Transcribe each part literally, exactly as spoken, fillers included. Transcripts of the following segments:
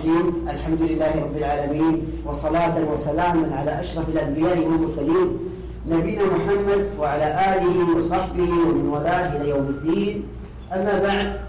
الرحيم. الحمد لله رب العالمين، وصلاة وسلاما على أشرف الأنبياء والمرسلين نبينا محمد وعلى آله وصحبه ومن والاه إلى يوم الدين. أما بعد،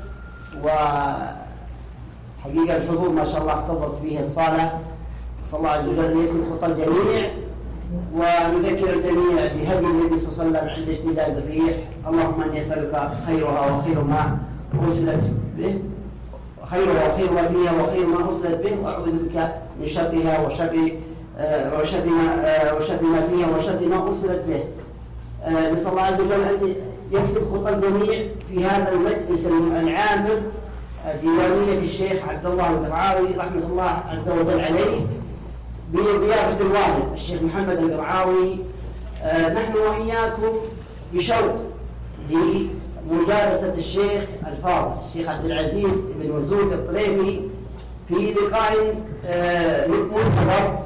وحقيقة الحضور ما شاء الله اقتضت به الصالة، صلى الله عز وجل أن يكون خطى الجميع، ونذكر الجميع بهدي النبي صلى الله عليه وسلم عند اشتداد الريح. اللهم اني اسالك خيرها وخير ما ارسلت به، خيرها وخير ما فيها وخير ما ارسلت به، واعوذ بك من شرها وشر وشر ما وشر ما فيها وشر ما ارسلت به. نسال الله عز وجل ان يكتب خطى الجميع في هذا المجلس العامر، ديوانيه الشيخ عبد الله القرعاوي رحمه الله عز وجل عليه، بضيافة الوالد الشيخ محمد القرعاوي. آه نحن وإياكم بشوق لمجالسة الشيخ الفاضل الشيخ عبد العزيز بن مرزوق الطليفي في لقاء آه منتظر،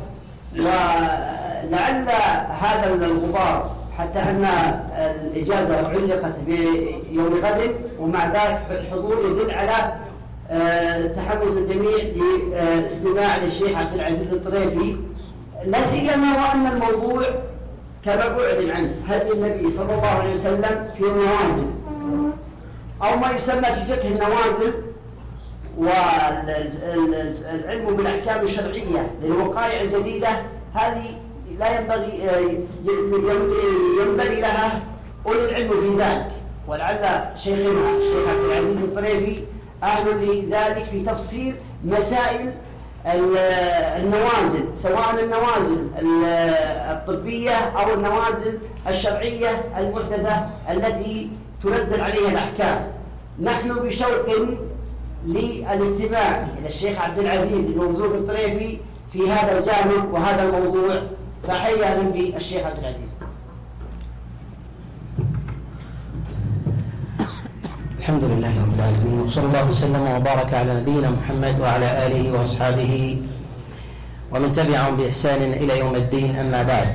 ولعل هذا الغبار حتى أن الإجازة علقت بيوم غد، ومع ذلك فالحضور يدل على أه تحمس الجميع لاستماع للشيخ عبد العزيز الطريفي، لا سيما وان الموضوع كما اعلن عنه هدي النبي صلى الله عليه وسلم في النوازل، او ما يسمى في فقه النوازل والعلم بالاحكام الشرعيه للوقائع الجديده. هذه لا ينبغي ينبغي لها اولي العلم في ذلك، ولعل شيخنا الشيخ عبد العزيز الطريفي أهل لذلك في تفسير مسائل النوازل، سواء النوازل الطبية أو النوازل الشرعية المحدثة التي تنزل عليها الأحكام. نحن بشوق للاستماع إلى الشيخ عبد العزيز بن مرزوق الطريفي في هذا الجانب وهذا الموضوع، فحيا بالشيخ عبد العزيز. الحمد لله رب العالمين، وصلى الله وسلم وبارك على نبينا محمد وعلى آله وأصحابه ومن تبعهم بإحسان إلى يوم الدين. أما بعد،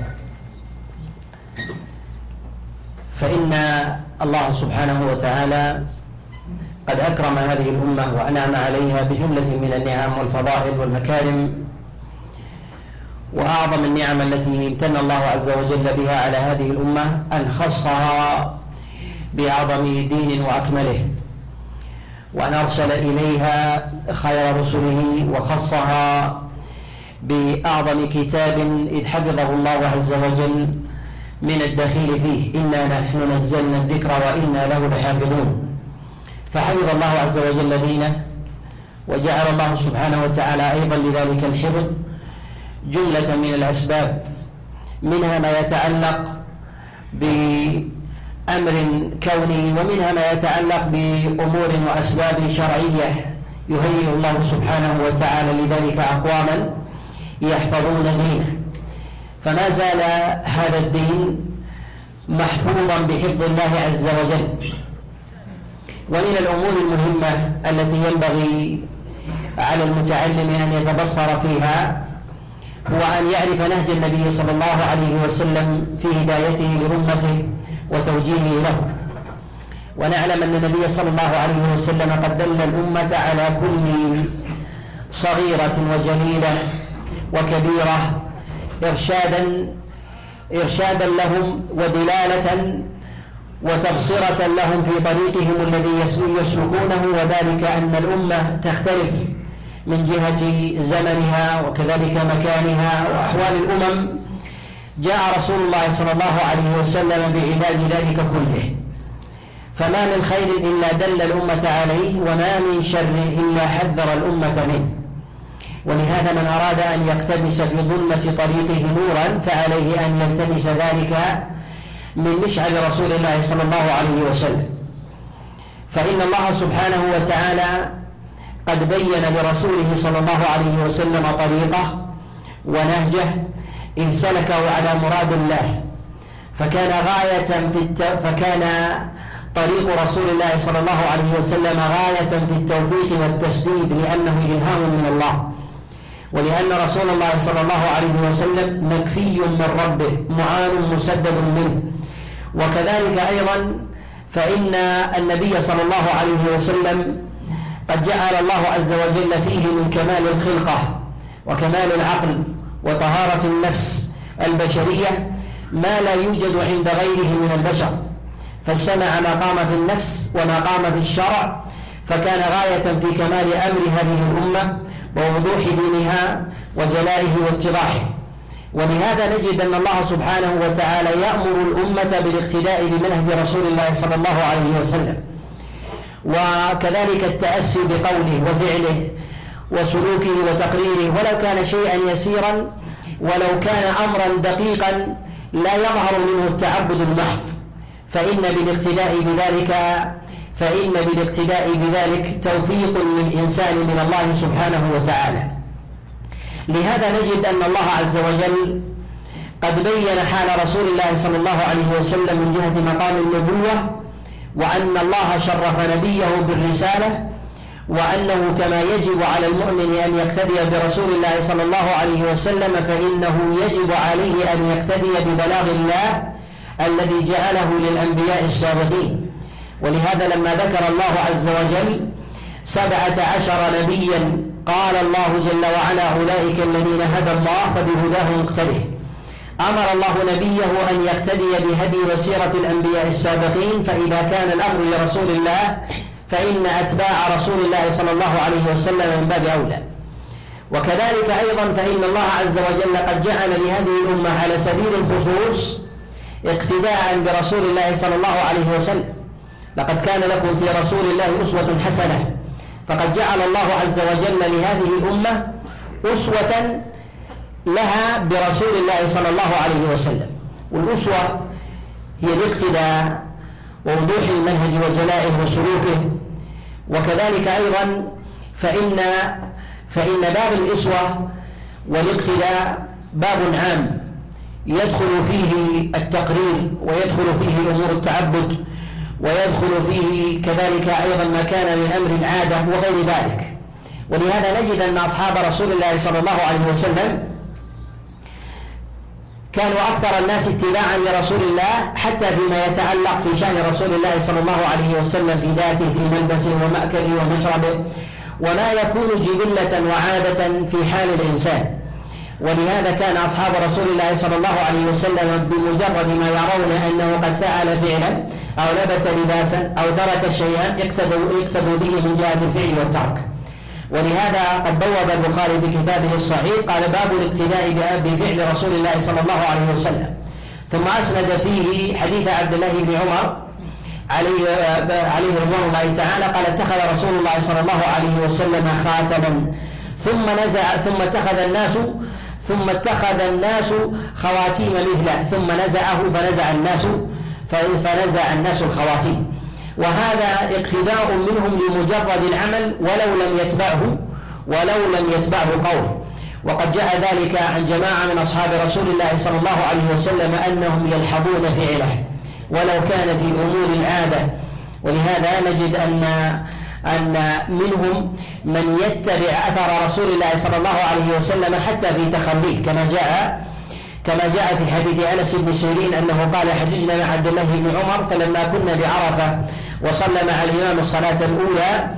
فإن الله سبحانه وتعالى قد أكرم هذه الأمة وأنعم عليها بجملة من النعم والفضائل والمكارم، وأعظم النعم التي امتن الله عز وجل بها على هذه الأمة أن خصها بأعظم دين وأكمله، وأن أرسل إليها خير رسله وخصها بأعظم كتاب إذ حفظه الله عز وجل من الدخيل فيه، إنا نحن نزلنا الذكر وإنا له لحافظون. فحفظ الله عز وجل دينه، وجعل الله سبحانه وتعالى أيضا لذلك الحفظ جملة من الأسباب، منها ما يتعلق ب أمر كوني، ومنها ما يتعلق بأمور وأسباب شرعية يهيئ الله سبحانه وتعالى لذلك أقواما يحفظون دينه. فما زال هذا الدين محفوظا بحفظ الله عز وجل. ومن الأمور المهمة التي ينبغي على المتعلم أن يتبصر فيها هو أن يعرف نهج النبي صلى الله عليه وسلم في هدايته لأمته وتوجيهه له. ونعلم أن النبي صلى الله عليه وسلم قد دل الأمة على كل صغيرة وجليلة وكبيرة إرشادا إرشادا لهم ودلالة وتبصرة لهم في طريقهم الذي يسلكونه، وذلك أن الأمة تختلف من جهة زمنها وكذلك مكانها وأحوال الأمم. جاء رسول الله صلى الله عليه وسلم بعلاج ذلك كله، فما من خير إلا دل الأمة عليه، وما من شر إلا حذر الأمة منه. ولهذا من أراد أن يقتبس في ظلمة طريقه نورا فعليه أن يلتمس ذلك من مشعل رسول الله صلى الله عليه وسلم. فإن الله سبحانه وتعالى قد بين لرسوله صلى الله عليه وسلم طريقه ونهجه إن سلكه على مراد الله، فكان غاية في الت... فكان طريق رسول الله صلى الله عليه وسلم غاية في التوفيق والتسديد، لأنه إلهام من الله، ولأن رسول الله صلى الله عليه وسلم مكفي من ربه معان مسدد منه. وكذلك أيضا فإن النبي صلى الله عليه وسلم قد جعل الله عز وجل فيه من كمال الخلقة وكمال العقل وطهارة النفس البشرية ما لا يوجد عند غيره من البشر، فاجتمع ما قام في النفس وما قام في الشرع، فكان غاية في كمال أمر هذه الأمة ووضوح دينها وجلائه واتضاحه. ولهذا نجد أن الله سبحانه وتعالى يأمر الأمة بالاقتداء بمنهج رسول الله صلى الله عليه وسلم، وكذلك التأسي بقوله وفعله وسلوكه وتقريره، ولو كان شيئا يسيرا ولو كان أمرا دقيقا لا يظهر منه التعبد المحض، فإن بالاقتداء بذلك فإن بالاقتداء بذلك توفيق للإنسان من الله سبحانه وتعالى. لهذا نجد أن الله عز وجل قد بين حال رسول الله صلى الله عليه وسلم من جهة مقام النبوة، وأن الله شرف نبيه بالرسالة، وأنه كما يجب على المؤمن أن يقتدي برسول الله صلى الله عليه وسلم فإنه يجب عليه أن يقتدي ببلاغ الله الذي جعله للأنبياء السابقين. ولهذا لما ذكر الله عز وجل سبعة عشر نبيا قال الله جل وعلا أولئك الذين هدى الله فبهداه مقتده، أمر الله نبيه أن يقتدي بهدي وسيرة الأنبياء السابقين، فإذا كان الأمر لرسول الله فإن أتباع رسول الله صلى الله عليه وسلم من باب أولى. وكذلك أيضا فإن الله عز وجل قد جعل لهذه الأمة على سبيل الخصوص اقتداء برسول الله صلى الله عليه وسلم. لقد كان لكم في رسول الله أسوة حسنة، فقد جعل الله عز وجل لهذه الأمة أسوة لها برسول الله صلى الله عليه وسلم. والأسوة هي الاقتداء ووضوح المنهج وجلائه وسلوكه. وكذلك أيضا فإن فإن باب الأسوة والاقتداء باب عام يدخل فيه التقرير ويدخل فيه أمور التعبد ويدخل فيه كذلك أيضا ما كان من أمر العادة وغير ذلك. ولهذا نجد أن أصحاب رسول الله صلى الله عليه وسلم كانوا أكثر الناس اتباعا لرسول الله، حتى فيما يتعلق في شأن رسول الله صلى الله عليه وسلم في ذاته، في ملبسه ومأكله ومشربه، وما يكون جبلة وعادة في حال الإنسان. ولهذا كان أصحاب رسول الله صلى الله عليه وسلم بمجرد ما يرون أنه قد فعل فعلا أو لبس لباسا أو ترك شيئا اقتدوا, اقتدوا به من جهة الفعل والترك. ولهذا قد بوب البخاري في كتابه الصحيح قال باب الاقتداء بفعل رسول الله صلى الله عليه وسلم، ثم أسند فيه حديث عبد الله بن عمر عليه عليه رضوان الله تعالى قال اتخذ رسول الله صلى الله عليه وسلم خاتما ثم نزع ثم اتخذ الناس ثم اتخذ الناس خواتيم مثله ثم نزعه فنزع الناس فنزع الناس الخواتيم. وهذا اقتداء منهم لمجرد العمل ولو لم يتبعه ولو لم يتبعه قول. وقد جاء ذلك عن جماعة من أصحاب رسول الله صلى الله عليه وسلم أنهم يلحظون فعله ولو كان في أمور العادة. ولهذا نجد أن أن منهم من يتبع أثر رسول الله صلى الله عليه وسلم حتى في تخليه، كما جاء كما جاء في حديث أنس بن سيرين أنه قال حججنا مع عبد الله بن عمر فلما كنا بعرفة وصلى مع الإمام الصلاة الأولى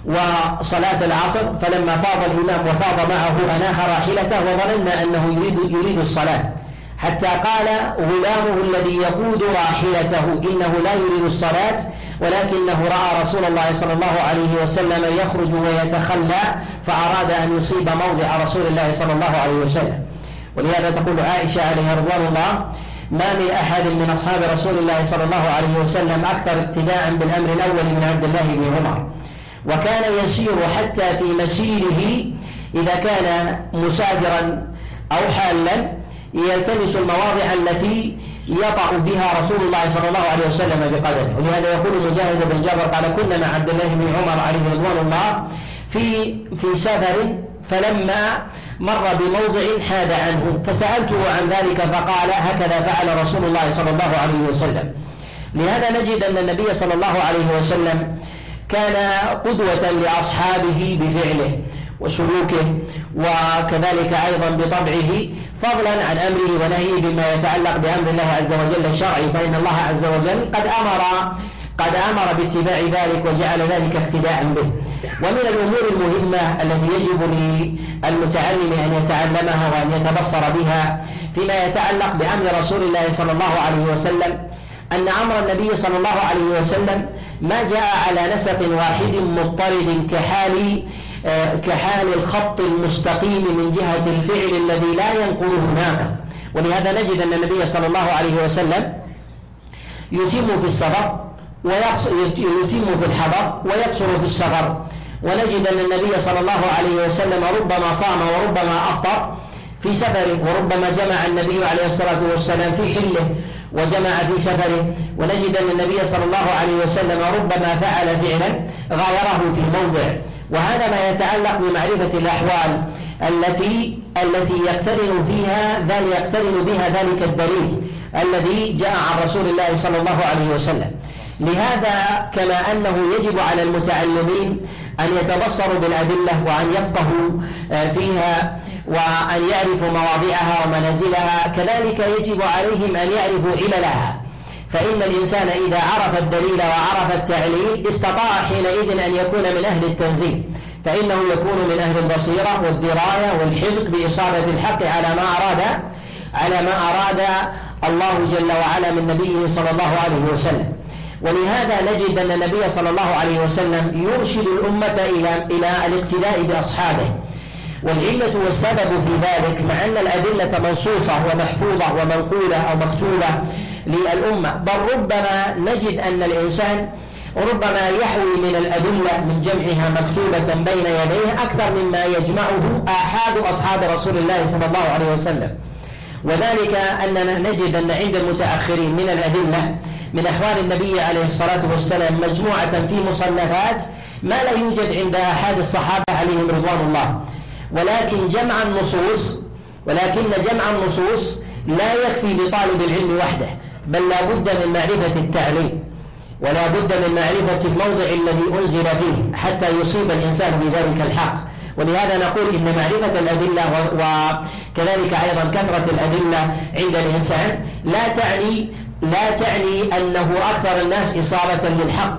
وصلاة العصر فلما فاض الإمام وفاض معه أناخ راحلته وظننا أنه يريد يريد الصلاة، حتى قال غلامه الذي يقود راحلته إنه لا يريد الصلاة ولكنه رأى رسول الله صلى الله عليه وسلم يخرج ويتخلى فأراد أن يصيب موضع رسول الله صلى الله عليه وسلم. ولهذا تقول عائشة عليها رضوان الله ما من أحد من أصحاب رسول الله صلى الله عليه وسلم أكثر اقتداء بالأمر الأول من عبد الله بن عمر، وكان يسير حتى في مسيره إذا كان مسافرا أو حالا يلتمس المواضع التي يطأ بها رسول الله صلى الله عليه وسلم بقدمه. ولهذا يقول مجاهد بن جابر قال كنا مع عبد الله بن عمر عليه رضوان الله في في سفر فلما مر بموضع حاد عنه فسألته عن ذلك فقال هكذا فعل رسول الله صلى الله عليه وسلم. لهذا نجد أن النبي صلى الله عليه وسلم كان قدوة لأصحابه بفعله وسلوكه وكذلك أيضا بطبعه، فضلا عن أمره ونهيه بما يتعلق بأمر الله عز وجل الشرعي، فإن الله عز وجل قد أمر قد أمر باتباع ذلك وجعل ذلك اقتداء به. ومن الأمور المهمة التي يجب للمتعلم أن يتعلمها وأن يتبصر بها فيما يتعلق بأمر رسول الله صلى الله عليه وسلم أن أمر النبي صلى الله عليه وسلم ما جاء على نسق واحد مضطرد كحال كحال الخط المستقيم من جهة الفعل الذي لا ينقله ناقض. ولهذا نجد أن النبي صلى الله عليه وسلم يتم في السفر ويتم في الحضر ويقصر في السفر، ونجد أن النبي صلى الله عليه وسلم ربما صام وربما أفطر في سفره، وربما جمع النبي عليه الصلاة والسلام في حله وجمع في سفره، ونجد أن النبي صلى الله عليه وسلم ربما فعل فعلا غايره في موضع. وهذا ما يتعلق بمعرفة الأحوال التي التي يقترن فيها ذلك يقترن بها ذلك الدليل الذي جاء عن رسول الله صلى الله عليه وسلم. لهذا كما أنه يجب على المتعلمين أن يتبصروا بالأدلة وأن يفقهوا فيها وأن يعرفوا مواضعها ومنازلها، كذلك يجب عليهم أن يعرفوا عللها، فإن الإنسان إذا عرف الدليل وعرف التعليل استطاع حينئذ أن يكون من أهل التنزيل، فإنه يكون من أهل البصيرة والدراية والحذق بإصابة الحق على ما أراد على ما أراد الله جل وعلا من نبيه صلى الله عليه وسلم. ولهذا نجد أن النبي صلى الله عليه وسلم يرشد الأمة إلى إلى الاقتداء بأصحابه، والعلة والسبب في ذلك مع أن الأدلة منصوصة ومحفوظة ومنقولة أو مكتوبة للأمة، بل ربما نجد أن الإنسان ربما يحوي من الأدلة من جمعها مكتوبة بين يديه أكثر مما يجمعه آحاد أصحاب رسول الله صلى الله عليه وسلم. وذلك أننا نجد أن عند المتأخرين من الأدلة من أحوال النبي عليه الصلاة والسلام مجموعة في مصنفات ما لا يوجد عند أحد الصحابة عليهم رضوان الله، ولكن جمع النصوص ولكن جمع النصوص لا يكفي لطالب العلم وحده، بل لا بد من معرفة التعليل ولا بد من معرفة الموضع الذي أنزل فيه حتى يصيب الإنسان بذلك الحق. ولهذا نقول إن معرفة الأدلة وكذلك أيضا كثرة الأدلة عند الإنسان لا تعني لا تعني أنه أكثر الناس إصابة للحق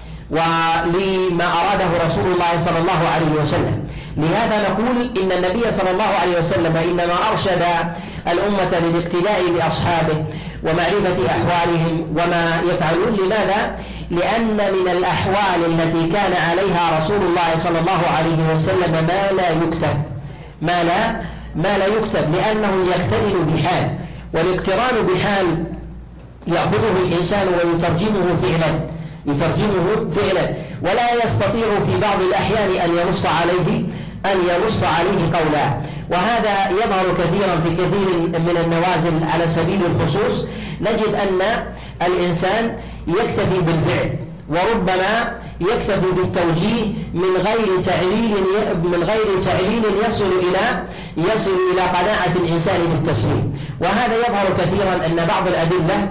ولما أراده رسول الله صلى الله عليه وسلم. لهذا نقول إن النبي صلى الله عليه وسلم إنما أرشد الأمة للاقتداء بأصحابه ومعرفة أحوالهم وما يفعلون. لماذا؟ لأن من الأحوال التي كان عليها رسول الله صلى الله عليه وسلم ما لا يكتب ما لا ما لا يكتب لأنه يقترن بحال، والاقتران بحال يأخذه الإنسان ويترجمه فعلا يترجمه فعلا ولا يستطيع في بعض الأحيان أن ينص عليه أن ينص عليه قولا. وهذا يظهر كثيرا في كثير من النوازل. على سبيل الخصوص نجد أن الإنسان يكتفي بالفعل وربما يكتفي بالتوجيه من غير تعليل من غير تعليل يصل إلى يصل إلى قناعة الإنسان بالتسليم. وهذا يظهر كثيرا أن بعض الأدلة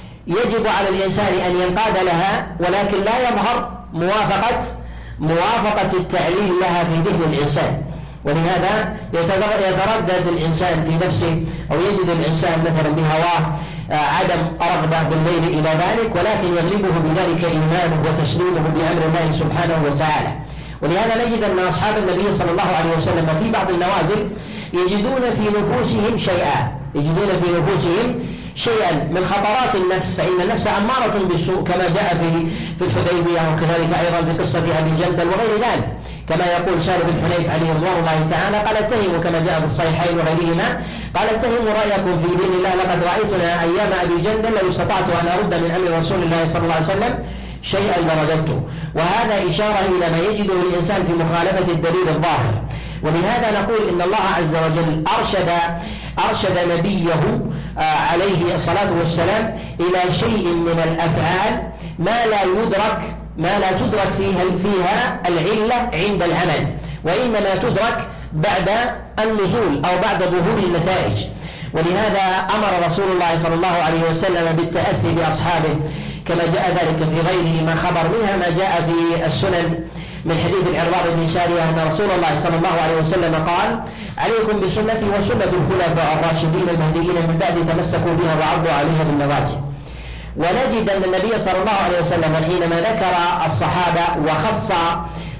يجب على الإنسان أن ينقاد لها، ولكن لا يظهر موافقة موافقة التعليل لها في ذهن الإنسان. ولهذا يتردد الإنسان في نفسه أو يجد الإنسان مثلا بهواه عدم رغبة بالميل إلى ذلك، ولكن يغلبه بذلك إيمانه وتسليمه بأمر الله سبحانه وتعالى. ولهذا نجد أن أصحاب النبي صلى الله عليه وسلم في بعض النوازل يجدون في نفوسهم شيئا يجدون في نفوسهم شيئا من خطرات النفس، فإن النفس أمارة بالسوء كما جاء في في الحديبية وكذلك أيضا في قصة أبي جندل وغير ذلك، كما يقول سالم بن حنيف عليه رضوان الله تعالى قال اتهموا كما جاء في الصحيحين وغيرهما قال اتهموا رأيكم في دين الله لقد رأيتنا أيام أبي جندل لو استطعت أن أرد من أمر رسول الله صلى الله عليه وسلم شيئا لرددته. وهذا إشارة إلى ما يجده الإنسان في مخالفة الدليل الظاهر. ولهذا نقول إن الله عز وجل أرشد أرشد نبيه عليه الصلاة والسلام إلى شيء من الأفعال ما لا يدرك ما لا تدرك فيها فيها العلة عند العمل، وإنما تدرك بعد النزول أو بعد ظهور النتائج. ولهذا أمر رسول الله صلى الله عليه وسلم بالتأسي بأصحابه كما جاء ذلك في غيره ما خبر منها ما جاء في السنن من حديث العرباض بن سارية أن رسول الله صلى الله عليه وسلم قال عليكم بسنتي وسنة الخلفاء الراشدين المهديين من بعد تمسكوا بها وعضوا عليها بالنواجذ. ونجد أن النبي صلى الله عليه وسلم حينما ذكر الصحابة وخص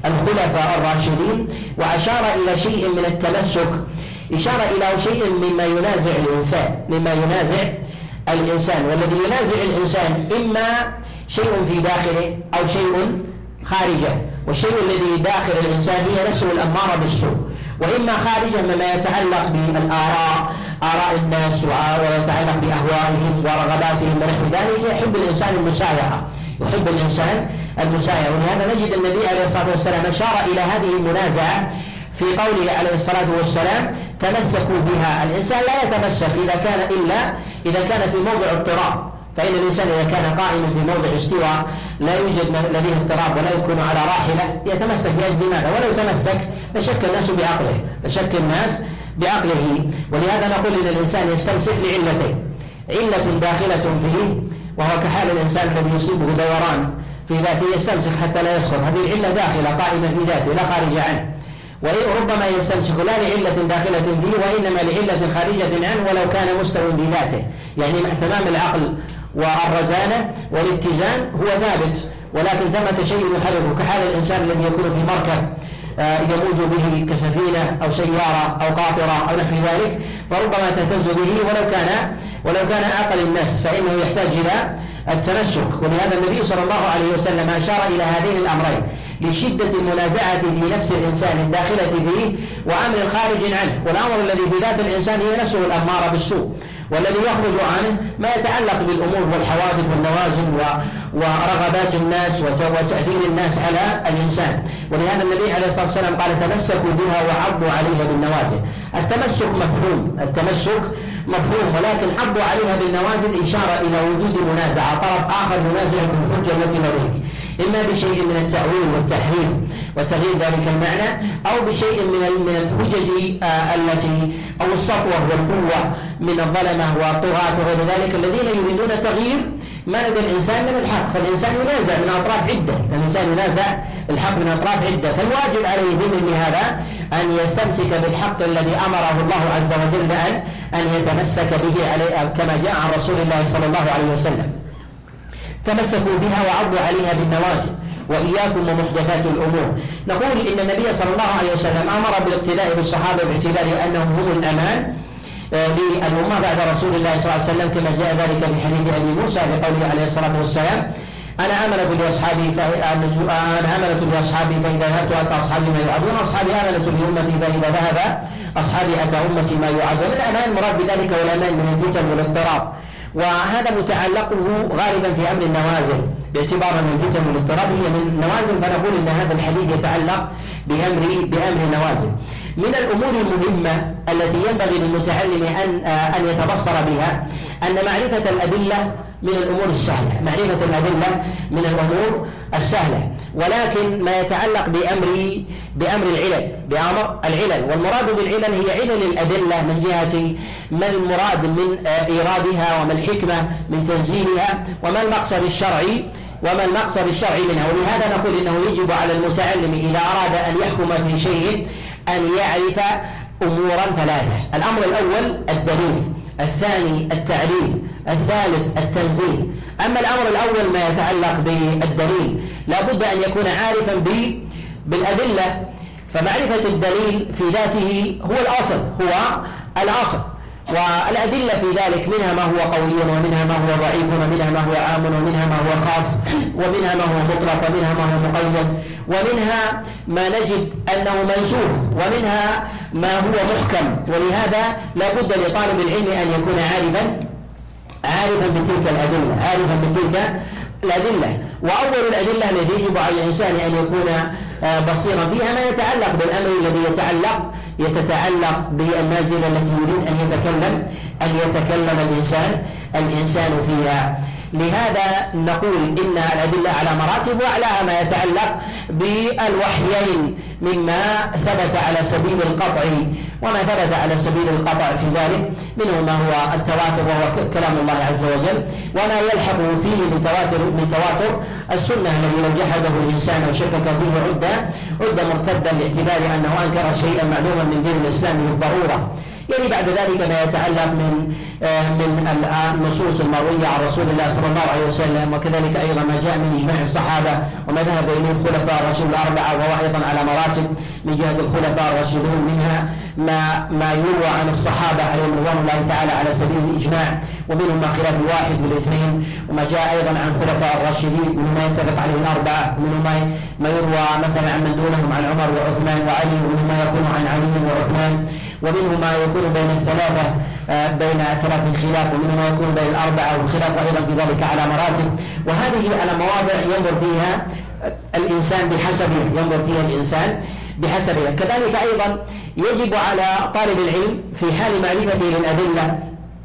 الخلفاء الراشدين، وأشار إلى شيء من التمسك، إشارة إلى شيء مما ينازع الإنسان مما ينازع الإنسان والذي ينازع الإنسان إما شيء في داخله أو شيء خارجه، والشيء الذي داخل الإنسان هي نفسه الأمارة بالسوء، وإما خارجه مما يتعلق بالآراء آراء الناس ويتعلق بأهوائهم ورغباتهم ونحو ذلك. يحب الإنسان المسايرة يحب الإنسان المسايرة ولهذا نجد النبي عليه الصلاة والسلام أشار إلى هذه المنازعة في قوله عليه الصلاة والسلام تمسكوا بها. الإنسان لا يتمسك إذا كان إلا إذا كان في موضع اضطراب، فإن الإنسان إذا كان قائما في موضع استواء لا يوجد لديه اضطراب ولا يكون على راحلة يتمسك لأجل ماذا؟ ولو تمسك لشك الناس بعقله لشك الناس بعقله ولهذا نقول إن الإنسان يستمسك لعلتين: علة داخلة فيه وهو كحال الإنسان الذي يصيبه دوران في ذاته يستمسك حتى لا يسقط، هذه العلة داخلة قائمة في ذاته لا خارج عنه، وربما يستمسك لا لعلة داخلة فيه وإنما لعلة خارجة عنه ولو كان مستوى في ذاته، يعني مع تمام العقل والرزانة والاتزان هو ثابت، ولكن ثمة شيء يحركه كحال الإنسان الذي يكون في مركب يموج به كسفينة أو سيارة أو قاطرة أو نحو ذلك، فربما تهتز به ولو كان ولو كان أقل الناس، فإنه يحتاج إلى التمسك. ولهذا النبي صلى الله عليه وسلم أشار إلى هذين الأمرين لشدة المنازعة في نفس الإنسان الداخلة فيه وأمر خارج عنه، والأمر الذي في ذات الإنسان هي نفسه الأمارة بالسوء، والذي يخرج عنه ما يتعلق بالأمور والحوادث والنوازل ورغبات الناس وتأثير الناس على الإنسان. ولهذا النبي عليه الصلاة والسلام قال تمسكوا بها وعضوا عليها بالنواجذ. التمسك مفهوم التمسك مفهوم ولكن عضوا عليها بالنواجذ إشارة إلى وجود منازعة، طرف آخر ينازعك الحجة التي لديك إما بشيء من التأويل والتحريف وتغيير ذلك المعنى أو بشيء من من الحجج التي أو السطوة والقوة من الظلمة والطغاة وغير ذلك الذين يريدون تغيير ما لدى الإنسان من الحق. فالإنسان ينازع من أطراف عدة الإنسان ينازع الحق من أطراف عدة، فالواجب عليه في مثل هذا أن يستمسك بالحق الذي أمره الله عز وجل أن أن يتمسك به عليه كما جاء عن رسول الله صلى الله عليه وسلم. تمسكوا بها وعضوا عليها بالنواجذ وإياكم ومحدثات الأمور. نقول إن النبي صلى الله عليه وسلم أمر بالاقتداء بالصحابة باعتبار أنهم هم الأمان للأمة بعد رسول الله صلى الله عليه وسلم كما جاء ذلك في حديث أبي موسى بقوله عليه الصلاة والسلام أنا أمنة لأصحابي أنا أمنة لأصحابي فإذا ذهبت أتى أصحابي ما يوعدون، أصحابي أمنة لأمتي فإذا ذهب أصحابي أتى أمتي ما يوعدون. الأمان مراد بذلك والأمان من الفتن والاضطراب، وهذا متعلقه غالبا في أمر النوازل باعتبار أن الفتن والاضطراب هي من النوازل، فنقول أن هذا الحديث يتعلق بأمر بأمر النوازل. من الأمور المهمة التي ينبغي للمتعلم أن أن يتبصر بها أن معرفة الأدلة من الأمور السهلة، معرفة الأدلة من الأمور السهلة، ولكن ما يتعلق بأمر بأمر العلل بأمر العلل، والمراد بالعلل هي علل الأدلة من جهة ما المراد من إيرادها وما الحكمة من تنزيلها وما المقصد الشرعي وما المقصد الشرعي منها. ولهذا نقول إنه يجب على المتعلم إذا أراد أن يحكم في شيء أن يعرف أمورا ثلاثة: الأمر الأول الدليل، الثاني التعليل، الثالث التنزيل. أما الأمر الأول ما يتعلق بالدليل لا بد أن يكون عارفا بالأدلة، فمعرفة الدليل في ذاته هو الأصل هو الأصل والأدلة في ذلك منها ما هو قوي ومنها ما هو ضعيف ومنها ما هو عام ومنها ما هو خاص ومنها ما هو مطلق ومنها ما هو مقيد ومنها ما نجد أنه منسوخ ومنها ما هو محكم. ولهذا لا بد لطالب العلم أن يكون عارفا عارفا بتلك الأدلة عارفا بتلك الأدلة. وأول الأدلة التي يجب على الإنسان أن يكون بصيرا فيها ما يتعلق بالأمر الذي يتعلق يتتعلق بالنازلة التي يريد أن يتكلم أن يتكلم الإنسان الإنسان فيها. لهذا نقول إن الأدلة على مراتب، وأعلاها ما يتعلق بالوحيين مما ثبت على سبيل القطع وما ثبت على سبيل القطع في ذلك، منه ما هو التواتر وهو كلام الله عز وجل، وما يلحق فيه من تواتر من تواتر السنة الذي لو جحده الإنسان أو شكك فيه عد عد مرتدا باعتبار أنه أنكر شيئا معلوما من دين الإسلام بالضرورة. يلي بعد ذلك ما يتعلق من من النصوص المروية عن رسول الله صلى الله عليه وسلم، وكذلك أيضا ما جاء من إجماع الصحابة وما ذهب إليه الخلفاء الراشدون الأربعة، وهو أيضا على مراتب من جهة الخلفاء الراشدون، منها ما ما يروى عن الصحابة عليهم رضوان الله تعالى على سبيل الإجماع، ومنهم ما خلاف الواحد والاثنين، وما جاء أيضا عن الخلفاء الراشدين منهم ما يتفق عليه الأربعة، ومنهم ما يروى مثلا عن من دونهم عن عمر وعثمان وعلي، ومنهم ما يكون عن علي وعثمان، ومنهم ما يكون بين الثلاثة بين ثلاث الخلاف، ومنهم ما يكون بين الأربعة، والخلاف أيضا في ذلك على مراتب. وهذه على مواضع ينظر فيها الإنسان بحسبه، ينظر فيها الإنسان بحسبه. كذلك أيضا يجب على طالب العلم في حال معرفته للأدلة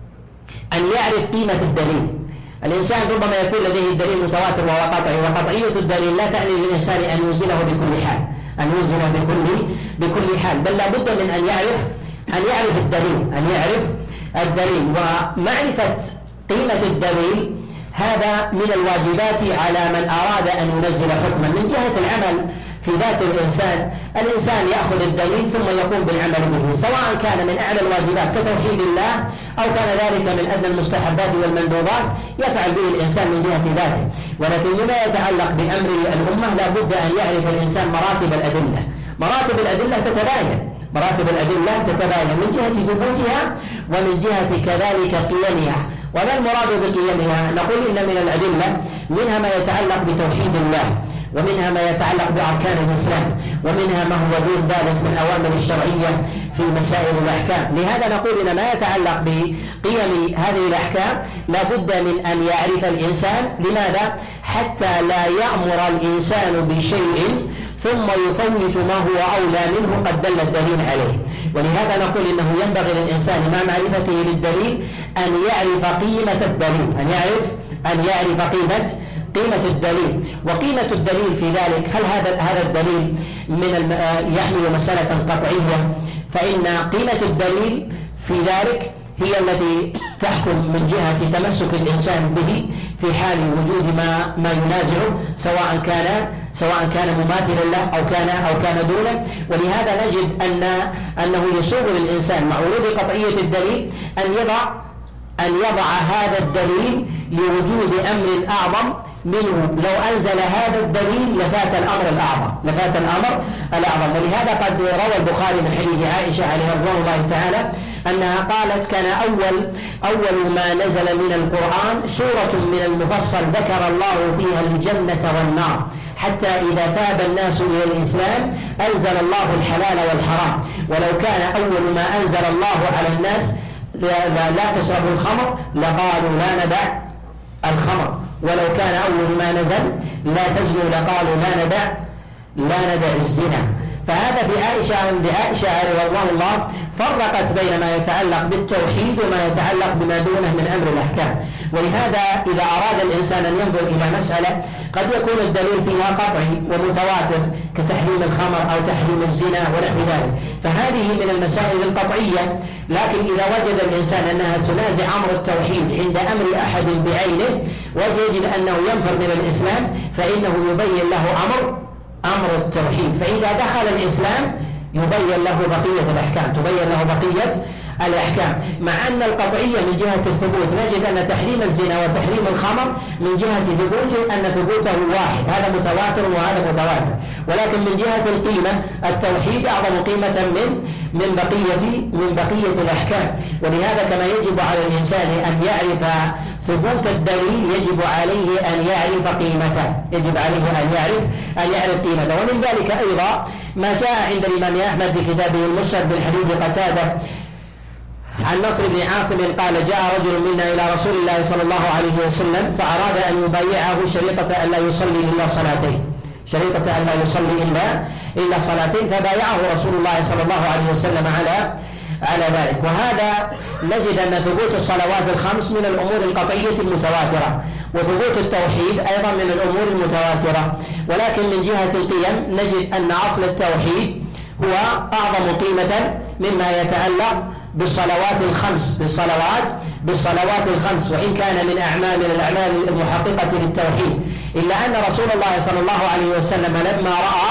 أن يعرف قيمة الدليل. الإنسان ربما يكون لديه الدليل متواتر وهو قطعي، وقطعية الدليل لا تعني للإنسان أن ينزله بكل حال، أن ينزله بكل بكل حال، بل لا بد من أن يعرف أن يعرف الدليل، أن يعرف الدليل. ومعرفة قيمة الدليل هذا من الواجبات على من أراد أن ينزل حكما. من جهة العمل في ذات الإنسان، الإنسان يأخذ الدليل ثم يقوم بالعمل به، سواء كان من أعلى الواجبات كتوحيد الله أو كان ذلك من أدنى المستحبات والمندوبات يفعل به الإنسان من جهة ذاته. ولكن لما يتعلق بأمر الأمة لا بد أن يعرف الإنسان مراتب الأدلة. مراتب الأدلة تتباين، مراتب الأدلة تتباين من جهة ثبوتها ومن جهة كذلك قيمها. وما المراد بقيمها؟ نقول إن من الأدلة منها ما يتعلق بتوحيد الله، ومنها ما يتعلق بأركان الإسلام، ومنها ما هو دون ذلك من الأوامر الشرعية في مسائل الأحكام. لهذا نقول إن ما يتعلق بقيم هذه الأحكام لا بد من أن يعرف الإنسان. لماذا؟ حتى لا يأمر الإنسان بشيء ثم يفوت ما هو أولى منه قد دل الدليل عليه. ولهذا نقول إنه ينبغي للإنسان مع معرفته للدليل أن يعرف قيمة الدليل، أن يعرف أن يعرف قيمة قيمة الدليل. وقيمة الدليل في ذلك، هل هذا هذا الدليل من الم... يحمل مسألة قطعية؟ فإن قيمة الدليل في ذلك هي التي تحكم من جهة تمسك الإنسان به في حال وجود ما ما ينازعه، سواء كان سواء كان مماثلا له أو كان أو كان دونه. ولهذا نجد أن أنه يسوغ للإنسان مع ورود قطعية الدليل أن يضع أن يضع هذا الدليل لوجود أمر أعظم منه. لو أنزل هذا الدليل لفات الأمر الأعظم لفات الأمر الأعظم. ولهذا قد روى البخاري من حديث عائشة عليها رضوان الله تعالى أنها قالت: كان أول أول ما نزل من القرآن سورة من المفصل ذكر الله فيها الجنة والنار، حتى إذا ثاب الناس إلى الإسلام أنزل الله الحلال والحرام. ولو كان أول ما أنزل الله على الناس لا, لا, لا تشربوا الخمر لقالوا لا ندع الخمر، ولو كان أول ما نزل لا تزنوا لقالوا لا ندع لا ندع الزنا. فهذا في عائشة عند عائشة رضي الله فرقت بين ما يتعلق بالتوحيد وما يتعلق بما دونه من أمر الأحكام. ولهذا إذا أراد الإنسان أن ينظر إلى مسألة قد يكون الدليل فيها قطعي ومتواتر كتحريم الخمر أو تحريم الزنا ونحو ذلك، فهذه من المسائل القطعية. لكن إذا وجد الإنسان أنها تنازع أمر التوحيد عند أمر أحد بعينه ويجد أنه ينفر من الإسلام، فإنه يبين له أمر أمر التوحيد. فإذا دخل الإسلام يبين له بقية الأحكام تبين له بقية الأحكام. مع أن القطعية من جهة الثبوت نجد أن تحريم الزنا وتحريم الخمر من جهة ثبوته أن ثبوته واحد، هذا متواتر وهذا متواتر. ولكن من جهة القيمة التوحيد أعظم قيمة من من بقية من بقية الأحكام. ولهذا كما يجب على الإنسان أن يعرف ثبوت الدليل يجب عليه أن يعرف قيمته يجب عليه أن يعرف أن يعرف قيمته. ومن ذلك أيضا ما جاء عند الإمام أحمد في كتابه المسند من حديث قتادة عن نصر بن عاصم قال: جاء رجل منا إلى رسول الله صلى الله عليه وسلم فأراد أن يبايعه شريطة أن لا يصلي إلا صلاتين شريطة أن لا يصلي إلا إلا صلاتين فبايعه رسول الله صلى الله عليه وسلم على على ذلك. وهذا نجد أن ثبوت الصلوات الخمس من الأمور القطعية المتواترة، وثبوت التوحيد أيضا من الأمور المتواترة. ولكن من جهة القيم نجد أن أصل التوحيد هو أعظم قيمة مما يتعلق بالصلوات الخمس بالصلوات بالصلوات الخمس وإن كان من أعمال من الأعمال المحققة للتوحيد، إلا أن رسول الله صلى الله عليه وسلم لما رأى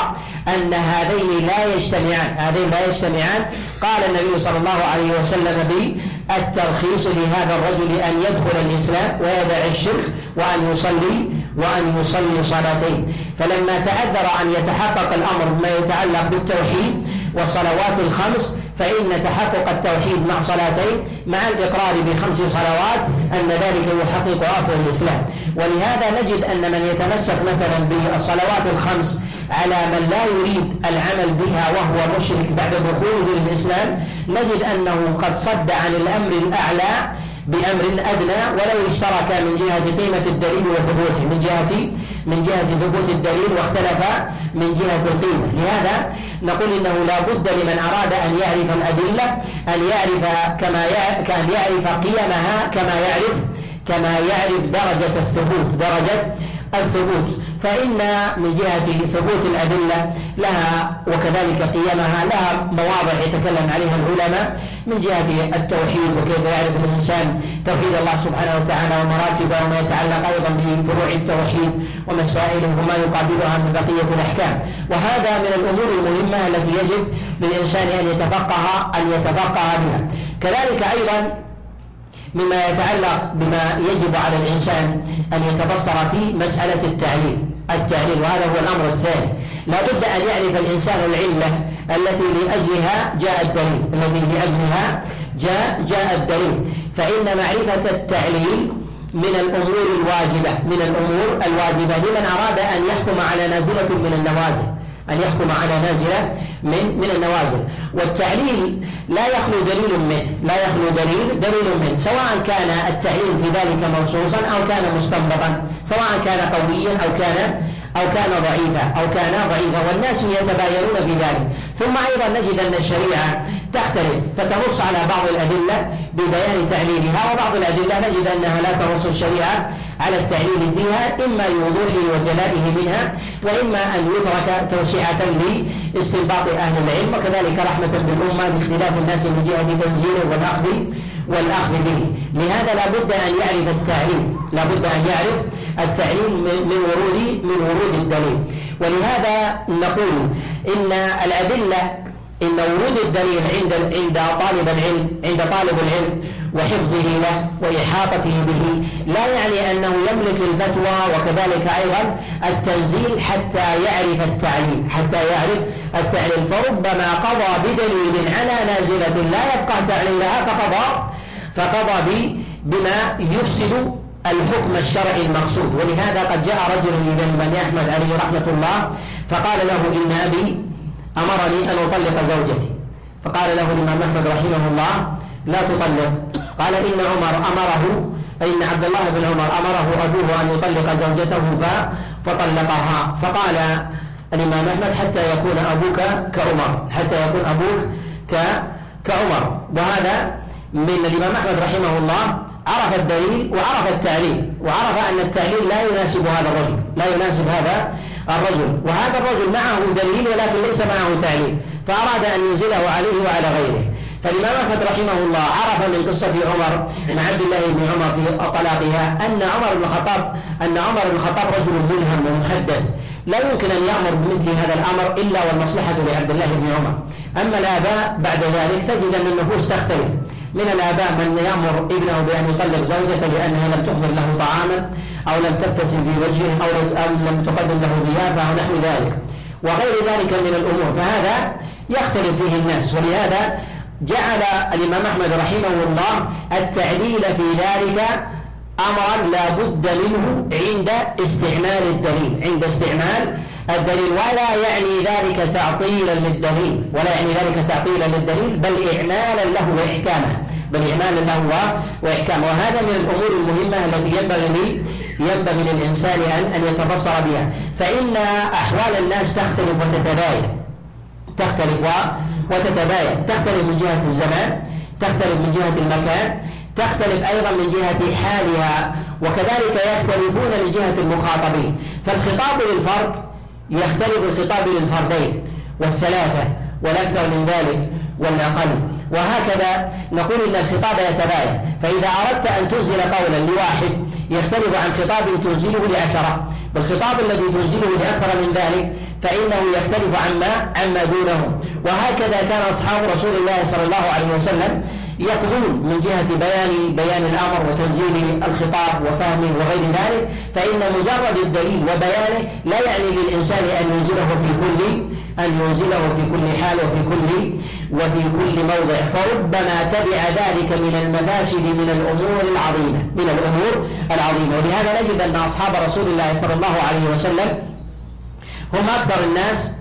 أن هذين لا يجتمعان هذين لا يجتمعان قال النبي صلى الله عليه وسلم بالترخيص لهذا الرجل أن يدخل الإسلام ويدع الشرك وأن يصلي وأن يصلي صلاتين. فلما تعذر أن يتحقق الأمر بما يتعلق بالتوحيد والصلوات الخمس، فإن تحقق التوحيد مع صلاتين مع الإقرار بخمس صلوات أن ذلك يحقق أصل الإسلام. ولهذا نجد أن من يتمسك مثلا بالصلوات الخمس على من لا يريد العمل بها وهو مشرك بعد دخوله للإسلام، نجد أنه قد صد عن الأمر الأعلى بأمر أدنى ولو اشترك من جهة قيمة الدليل وثبوته، من جهة من جهة ثبوت الدليل واختلف من جهة القيمة. لهذا نقول إنه لا بد لمن أراد أن يعرف الأدلة أن يعرف كما كان يعرف قيمها كما يعرف كما يعرف درجة الثبوت درجة الثبوت فإن من جهة ثبوت الأدلة لها وكذلك قيمها لها مواضع يتكلم عليها العلماء من جهة التوحيد وكيف يعرف الإنسان توحيد الله سبحانه وتعالى ومراتبه وما يتعلق أيضا بفروع التوحيد ومسائله وما يقابلها من بقية الأحكام. وهذا من الأمور المهمة التي يجب للإنسان أن يتفقه أن يتفقه بها. كذلك أيضا مما يتعلق بما يجب على الإنسان أن يتبصر فيه مسألة التعليل التعليل وهذا هو الأمر الثاني. لا بد أن يعرف الإنسان العلة التي لأجلها جاء الدليل التي لأجلها جاء جاء الدليل فإن معرفة التعليل من الأمور الواجبة من الأمور الواجبة لمن أراد أن يحكم على نازلة من النوازل أن يحكم على نازلة من من النوازل. والتعليل لا يخلو دليل منه لا يخلو دليل دليل منه سواء كان التعليل في ذلك منصوصا أو كان مستنبطا، سواء كان قويا أو كان أو كان ضعيفا أو كان ضعيفا والناس يتباينون في ذلك. ثم أيضا نجد أن الشريعة تختلف فتنص على بعض الأدلة ببيان تعليلها، وبعض الأدلة نجد أنها لا تنص الشريعة على التعليل فيها إما لوضوحه وجلائه منها وإما أن يترك توسعة لاستنباط أهل العلم، وكذلك رحمة بالأمة لاختلاف الناس من جهة تنزيله والأخذ والأخذ به. لهذا لا بد أن يعرف التعليل لا بد أن يعرف التعليل من ورود من ورود الدليل. ولهذا نقول إن الأدلة إن ورود الدليل عند عند طالب العلم عند طالب العلم وحفظه له وإحاطته به لا يعني أنه يملك الفتوى وكذلك أيضا التنزيل حتى يعرف التعليل حتى يعرف التعليل فربما قضى بدليل على نازلة لا يفقه تعليلها فقضى فقضى بما يفسد الحكم الشرعي المقصود. ولهذا قد جاء رجل إلى الإمام أحمد عليه رحمة الله فقال له إن أبي أمرني أن أطلق زوجتي، فقال له الإمام أحمد رحمه الله لا تطلق. قال إن عمر أمره إن عبد الله بن عمر أمره أبوه أن يطلق زوجته فطلقها. فقال الإمام أحمد حتى يكون أبوك كعمر حتى يكون أبوك كعمر. وهذا من الإمام أحمد رحمه الله عرف الدليل وعرف التعليل وعرف أن التعليل لا يناسب هذا الرجل لا يناسب هذا الرجل وهذا الرجل معه دليل ولكن ليس معه تعليل فأراد أن ينزله عليه وعلى غيره. فالإمام أحمد رحمه الله عرف من قصة عمر مع عبد الله بن عمر في طلاقها أن عمر بن الخطاب أن عمر بن الخطاب رجل ملهم ومحدث لا يمكن أن يأمر بمثل هذا الأمر إلا والمصلحة لعبد الله بن عمر. أما الآباء بعد ذلك تجد أن النفوس تختلف، من الآباء من يأمر ابنه بأن يطلق زوجته لأنها لم تحضر له طعاما أو لم تبتسم في وجهه أو لم تقدم له ضيافة أو نحو ذلك وغير ذلك من الأمور، فهذا يختلف فيه الناس. ولهذا جعل الإمام أحمد رحمه الله التعليل في ذلك أمرا لا بد منه عند استعمال الدليل عند استعمال الدليل ولا يعني ذلك تعطيلا للدليل ولا يعني ذلك تعطيلا للدليل بل إعمالا له وإحكامه بل إعمالا له وإحكامه. وهذا من الأمور المهمة التي ينبغي ينبغي للإنسان أن أن يتبصر بها، فإن أحوال الناس تختلف وتتباين تختلف وتتباين تختلف من جهة الزمان، تختلف من جهة المكان، تختلف أيضا من جهة حالها، وكذلك يختلفون من جهة المخاطبين. فالخطاب للفرد يختلف الخطاب للفردين والثلاثة والأكثر من ذلك والأقل، وهكذا نقول إن الخطاب يتباين. فإذا أردت أن تنزل قولا لواحد يختلف عن خطاب تنزله لعشرة، بالخطاب الذي تنزله لأكثر من ذلك فإنه يختلف عما عما دونه. وهكذا كان أصحاب رسول الله صلى الله عليه وسلم يقضون من جهة بيان بيان الأمر وتنزيل الخطاب وفهمه وغير ذلك، فإن مجرد الدليل وبيانه لا يعني للإنسان أن ينزله في كل أن ينزله في كل حال وفي كل وفي كل موضع، فربما تبع ذلك من المفاسد من الأمور العظيمة من الأمور العظيمة. ولهذا نجد أن أصحاب رسول الله صلى الله عليه وسلم هم أكثر الناس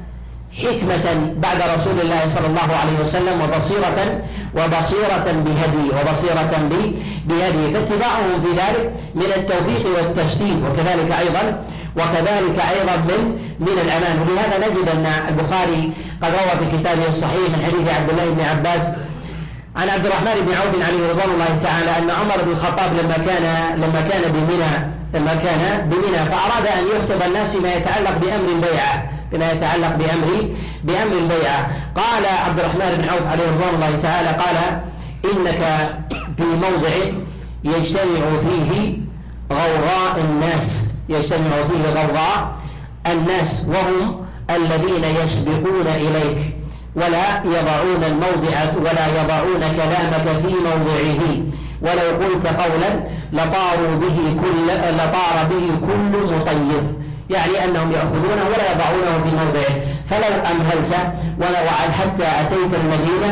حكمة بعد رسول الله صلى الله عليه وسلم وبصيرة وبصيرة بهدي وبصيرة بهدي، فاتباعهم في ذلك من التوفيق والتسديد، وكذلك أيضا وكذلك أيضا من من الأمان. ولهذا نجد أن البخاري قد روى في كتابه الصحيح من حديث عبد الله بن عباس عن عبد الرحمن بن عوف عليه رضوان الله تعالى أن عمر بن الخطاب لما كان لما كان بمنى لما كان بمنى فأراد أن يخطب الناس بما يتعلق بأمر البيعة بما يتعلق بأمر بأمر البيعة قال عبد الرحمن بن عوف عليه رضوان الله تعالى قال: إنك في موضع يجتمع فيه غوغاء الناس يجتمع فيه غوغاء الناس وهم الذين يسبقون إليك ولا يضعون الموضع ولا يضعون كلامك في موضعه، ولو قلت قولا لطاروا به كل لطار به كل مطير، يعني أنهم يأخذونه ولا يضعونه في موضعه. فلو أمهلت ولو حتى أتيت المدينة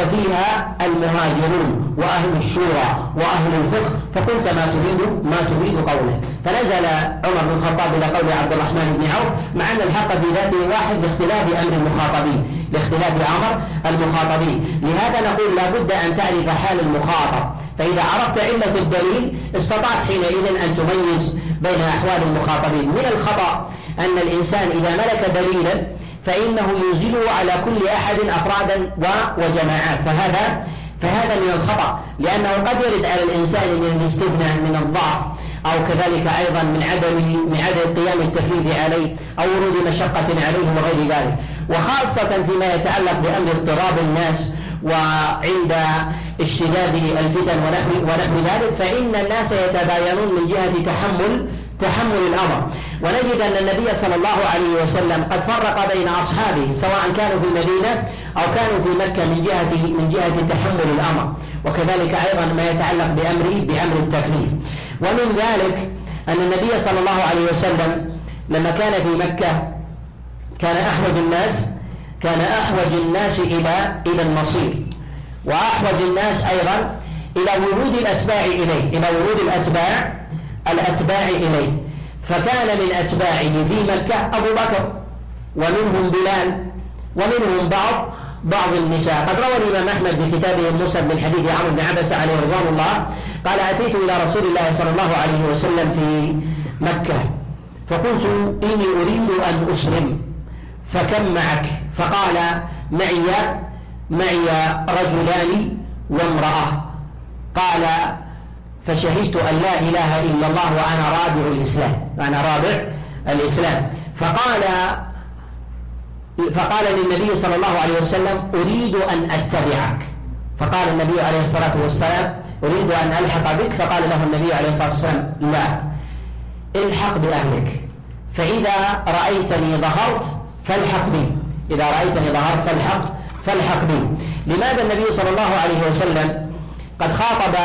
وفيها المهاجرون وأهل الشورى وأهل الفقه فقلت ما تريد ما تريد قوله. فنزل عمر بن الخطاب إلى قول عبد الرحمن بن عوف مع أن الحق في ذاته واحد لاختلاف أمر المخاطبين لاختلاف أمر المخاطبين. لهذا نقول لا بد أن تعرف حال المخاطب، فإذا عرفت علة الدليل استطعت حينئذ أن تميز بين أحوال المخاطبين. من الخطأ أن الإنسان إذا ملك دليلا فإنه ينزله على كل أحد أفرادا وجماعات، فهذا فهذا من الخطأ، لأنه قد يرد على الإنسان من الاستثناء من الضعف أو كذلك أيضا من عدم من عدم قيام التكليف عليه أو ورود مشقة عليه وغير ذلك، وخاصة فيما يتعلق بأمر اضطراب الناس وعند اشتداد الفتن ونحو ونحو ذلك، فإن الناس يتباينون من جهة تحمل تحمل الأمر. ونجد أن النبي صلى الله عليه وسلم قد فرق بين أصحابه سواء كانوا في المدينة أو كانوا في مكة من جهة من جهة تحمل الأمر، وكذلك أيضا ما يتعلق بأمر بأمر التكليف. ومن ذلك أن النبي صلى الله عليه وسلم لما كان في مكة كان أحوج الناس كان أحوج الناس إلى إلى المصير، وأحوج الناس أيضا إلى ورود الأتباع إليه إلى ورود الأتباع الأتباع إليه. فكان من أتباعه في مكة أبو بكر ومنهم بلال ومنهم بعض بعض النساء. قد روى الإمام أحمد في كتابه المسند من حديث عمرو بن عبسة عليه رضوان الله قال: أتيت إلى رسول الله صلى الله عليه وسلم في مكة فقلت إني أريد أن أسلم فكم معك؟ فقال: معي معي رجلان وامرأة. قال: فشهدت أن لا إله إلا الله وأنا رابع الإسلام وأنا رابع الإسلام. فقال فقال للنبي صلى الله عليه وسلم: أريد أن أتبعك. فقال النبي عليه الصلاة والسلام: أريد أن ألحق بك. فقال له النبي عليه الصلاة والسلام: لا، الحق بأهلك، فإذا رأيتني ظهرت فالحق بي إذا رأيتني ظهرت فالحق فالحق بي. لماذا النبي صلى الله عليه وسلم قد خاطب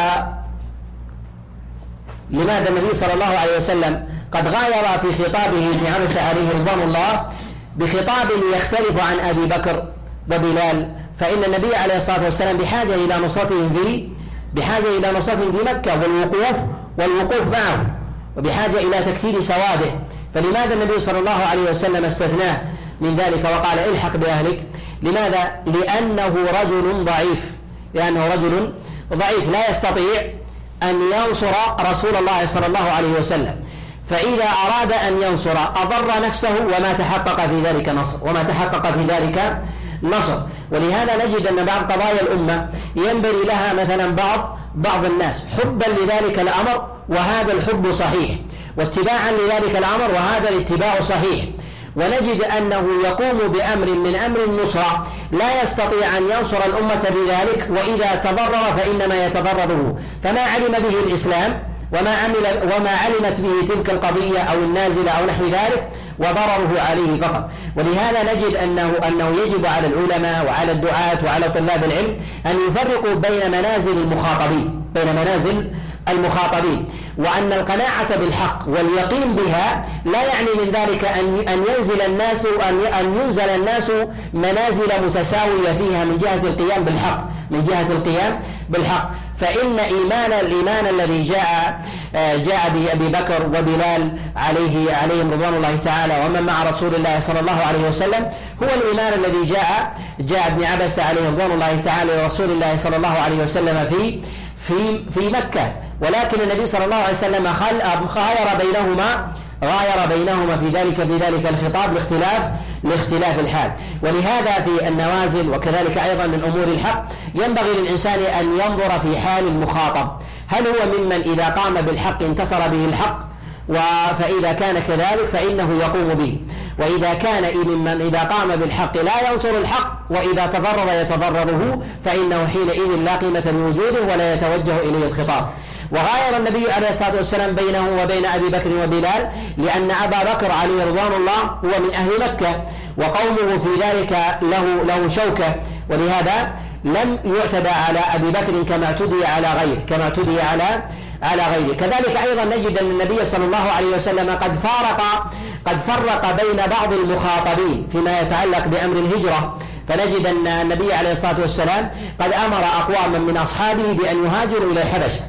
لماذا النبي صلى الله عليه وسلم قد غاير في خطابه ابن عبسة عليه رضوان الله بخطاب يختلف عن أبي بكر وبلال؟ فإن النبي عليه الصلاة والسلام بحاجة إلى نصرتهم في بحاجة إلى نصرتهم في مكة والوقوف والوقوف معه، وبحاجة إلى تكثير سواده. فلماذا النبي صلى الله عليه وسلم استثناه من ذلك وقال: الحق بأهلك؟ لماذا؟ لأنه رجل ضعيف لأنه رجل ضعيف لا يستطيع أن ينصر رسول الله صلى الله عليه وسلم، فإذا أراد أن ينصر أضر نفسه وما تحقق في ذلك نصر وما تحقق في ذلك نصر. ولهذا نجد أن بعض قضايا الأمة ينبغي لها مثلا بعض بعض الناس حبا لذلك الأمر وهذا الحب صحيح، واتباعا لذلك الأمر وهذا الاتباع صحيح، ونجد أنه يقوم بأمر من أمر النصرة لا يستطيع أن ينصر الأمة بذلك، وإذا تضرر فإنما يتضرره. فما علم به الإسلام وما عمل وما علمت به تلك القضية أو النازلة أو نحو ذلك، وضرره عليه فقط. ولهذا نجد أنه أنه يجب على العلماء وعلى الدعاة وعلى طلاب العلم أن يفرقوا بين منازل المخاطبين بين منازل المخاطبين وأن القناعة بالحق واليقين بها لا يعني من ذلك أن أن ينزل الناس أن أن ينزل الناس منازل متساوية فيها من جهة القيام بالحق من جهة القيام بالحق فإن إيمان الإيمان الذي جاء جاء بأبي بكر وبلال عليه عليهم رضوان الله تعالى ومن مع رسول الله صلى الله عليه وسلم هو الإيمان الذي جاء جاء ابن عبس عليه رضوان الله تعالى ورسول الله صلى الله عليه وسلم في في في مكة، ولكن النبي صلى الله عليه وسلم غاير بينهما غاير بينهما في ذلك في ذلك الخطاب لاختلاف لاختلاف الحال. ولهذا في النوازل وكذلك أيضا من أمور الحق ينبغي للإنسان أن ينظر في حال المخاطب، هل هو ممن إذا قام بالحق انتصر به الحق، فإذا كان كذلك فإنه يقوم به، وإذا كان ممن إذا قام بالحق لا ينصر الحق وإذا تضرر يتضرره فإنه حينئذ لا قيمة لوجوده ولا يتوجه إليه الخطاب. وغاير النبي عليه الصلاة والسلام بينه وبين أبي بكر وبلال لأن أبا بكر عليه رضوان الله هو من أهل مكة وقومه في ذلك له له شوكة، ولهذا لم يعتدى على أبي بكر كما اعتدي على غيره كما اعتدي على على غيره. كذلك أيضا نجد أن النبي صلى الله عليه وسلم قد فارق قد فرق بين بعض المخاطبين فيما يتعلق بأمر الهجرة، فنجد أن النبي عليه الصلاة والسلام قد أمر أقواما من أصحابه بأن يهاجروا إلى الحبشة،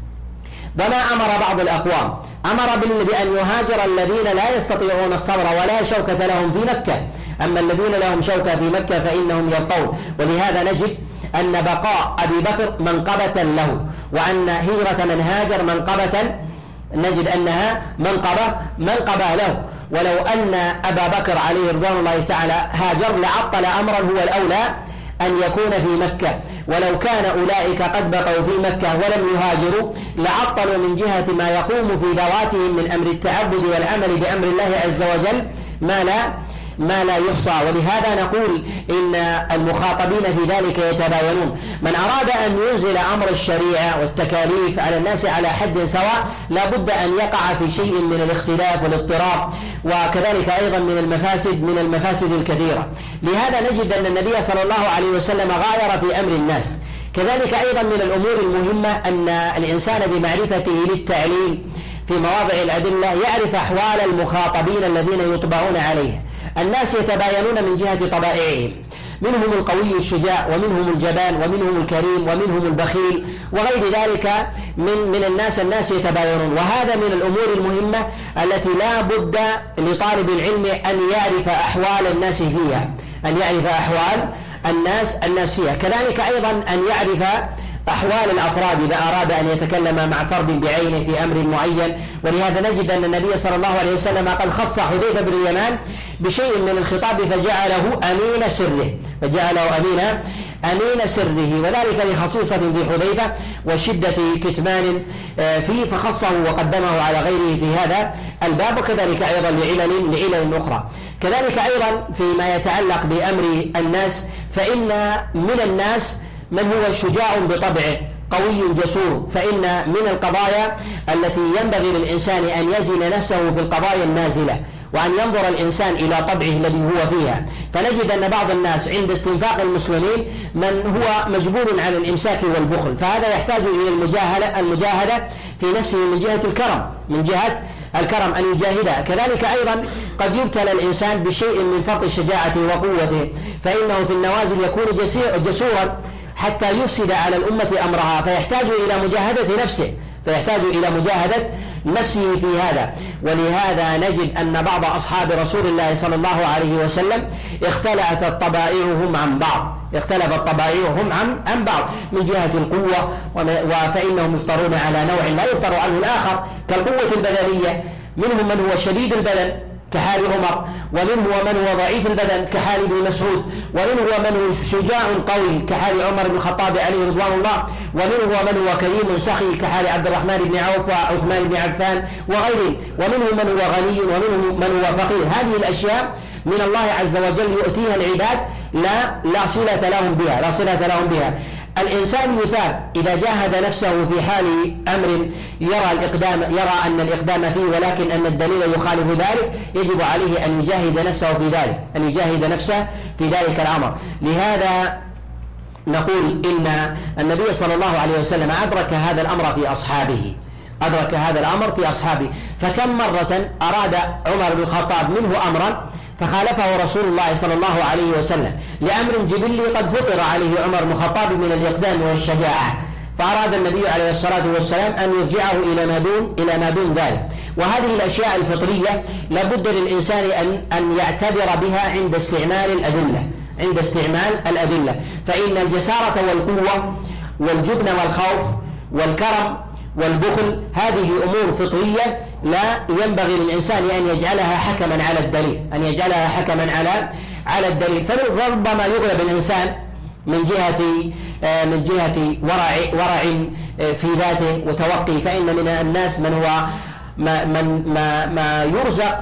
وما أمر بعض الأقوام أمر بأن يهاجر الذين لا يستطيعون الصبر ولا شوكة لهم في مكة، أما الذين لهم شوكة في مكة فإنهم يبقون. ولهذا نجد أن بقاء أبي بكر منقبة له، وأن هجرة من هاجر منقبة نجد أنها منقبة منقبة له. ولو أن أبا بكر عليه رضوان الله تعالى هاجر لعطل أمرا هو الأولى أن يكون في مكة، ولو كان أولئك قد بقوا في مكة ولم يهاجروا لعطلوا من جهة ما يقوم في ذواتهم من أمر التعبد والعمل بأمر الله عز وجل ما لا ما لا يحصى. ولهذا نقول إن المخاطبين في ذلك يتباينون، من أراد أن ينزل أمر الشريعة والتكاليف على الناس على حد سواء لا بد أن يقع في شيء من الاختلاف والاضطراب، وكذلك أيضا من المفاسد من المفاسد الكثيرة. لهذا نجد أن النبي صلى الله عليه وسلم غاير في أمر الناس. كذلك أيضا من الأمور المهمة أن الإنسان بمعرفته للتعليل في مواضع الأدلة يعرف أحوال المخاطبين الذين يطبعون عليه. الناس يتباينون من جهة طبائعهم، منهم القوي الشجاع ومنهم الجبان ومنهم الكريم ومنهم البخيل وغير ذلك من من الناس الناس يتباينون. وهذا من الأمور المهمة التي لا بد لطالب العلم أن يعرف أحوال الناس فيها أن يعرف أحوال الناس الناس فيها. كذلك أيضا أن يعرف أحوال الأفراد إذا أراد أن يتكلم مع فرد بعينه في أمر معين. ولهذا نجد أن النبي صلى الله عليه وسلم قد خص حذيفة بن اليمان بشيء من الخطاب فجعله أمين سره فجعله أمين أمين سره وذلك لخصيصة في حذيفة وشدة كتمان فيه فخصه وقدمه على غيره في هذا الباب، وكذلك أيضا لعلل لعلل أخرى. كذلك أيضا فيما يتعلق بأمر الناس فإن من الناس من هو شجاع بطبعه قوي جسور، فإن من القضايا التي ينبغي للإنسان أن يزن نفسه في القضايا النازلة وأن ينظر الإنسان إلى طبعه الذي هو فيها. فنجد أن بعض الناس عند استنفاق المسلمين من هو مجبور على الإمساك والبخل، فهذا يحتاج إلى المجاهدة المجاهدة في نفسه من جهة الكرم من جهة الكرم أن يجاهدها. كذلك أيضا قد يبتلى الإنسان بشيء من فرط شجاعته وقوته، فإنه في النوازل يكون جسورا حتى يفسد على الأمة أمرها، فيحتاج إلى مجاهدة نفسه فيحتاج إلى مجاهدة نفسه في هذا. ولهذا نجد أن بعض أصحاب رسول الله صلى الله عليه وسلم اختلفت طبائعهم عن بعض اختلفت طبائعهم عن عن بعض من جهة القوة، فإنهم يفطرون على نوع لا يفطر عنه الآخر كالقوة البدنية. منهم من هو شديد البدن كحال عمر، ومنه ومن هو ضعيف البدن كحال ابن مسعود، ومنه ومن هو شجاع قوي كحال عمر بن الخطاب عليه رضوان الله، ومنه ومن هو كريم سخي كحال عبد الرحمن بن عوف وعثمان بن عفان وغيرهم، ومنه من هو غني ومنه من هو فقير. هذه الأشياء من الله عز وجل يؤتيها العباد لا لا صلة لهم بها لا صلة لهم بها الإنسان يثاب إذا جاهد نفسه في حال أمر يرى الإقدام يرى أن الإقدام فيه ولكن أن الدليل يخالف ذلك، يجب عليه أن يجاهد نفسه في ذلك أن يجاهد نفسه في ذلك الأمر. لهذا نقول إن النبي صلى الله عليه وسلم أدرك هذا الأمر في أصحابه أدرك هذا الأمر في أصحابه فكم مرة أراد عمر بن الخطاب منه أمرا فخالفه رسول الله صلى الله عليه وسلم لأمر جبلي قد فطر عليه عمر بن الخطاب من الإقدام والشجاعة، فأراد النبي عليه الصلاة والسلام أن يرجعه إلى ما دون إلى ما دون ذلك. وهذه الأشياء الفطرية لابد للإنسان أن أن يعتبر بها عند استعمال الأدلة عند استعمال الأدلة فإن الجسارة والقوة والجبن والخوف والكرم والبخل هذه أمور فطرية لا ينبغي للإنسان أن يجعلها حكما على الدليل أن يجعلها حكما على على الدليل فربما يغلب الإنسان من جهة من جهة ورع ورع في ذاته وتوقي، فإن من الناس من هو ما من ما ما يرزق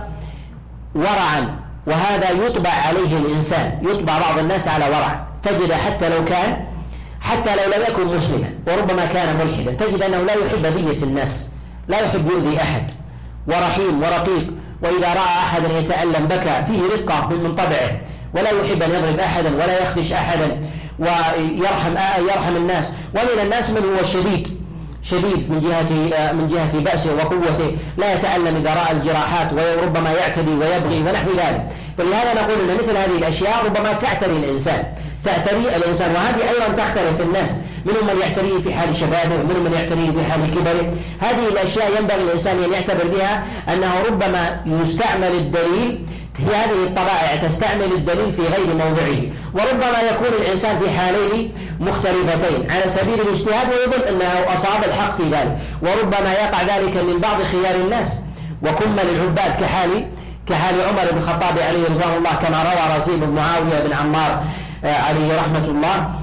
ورعا وهذا يطبع عليه الإنسان، يطبع بعض الناس على ورع، تجد حتى لو كان حتى لو لم يكن مسلما وربما كان ملحدا تجد أنه لا يحب أذية الناس، لا يحب يؤذي أحد، ورحيم ورقيق، وإذا رأى أحدا يتألم بكى، فيه رقة من طبعه، ولا يحب أن يضرب أحدا ولا يخدش أحدا ويرحم يرحم الناس. ومن الناس من هو شديد شديد من جهة من جهة بأسه وقوته، لا يتألم إذا رأى الجراحات وربما يعتدي ويبغي ونحو ذلك. فلهذا نقول أن مثل هذه الأشياء ربما تعتري الإنسان تعتري الإنسان وهذه أيضا تختلف في الناس، منهم من يعتريه في حال شبابه ومنهم من يعتريه في حال كبره. هذه الأشياء ينبغي الإنسان أن يعتبر بها أنه ربما يستعمل الدليل في هذه الطبائع تستعمل الدليل في غير موضعه، وربما يكون الإنسان في حالين مختلفتين على سبيل الاجتهاد ويظن أنه أصاب الحق في ذلك، وربما يقع ذلك من بعض خيار الناس وكمل العباد كحال كحال عمر بن الخطاب عليه رضوان الله، كما روى رزين بن معاوية بن عمار عليه رحمة الله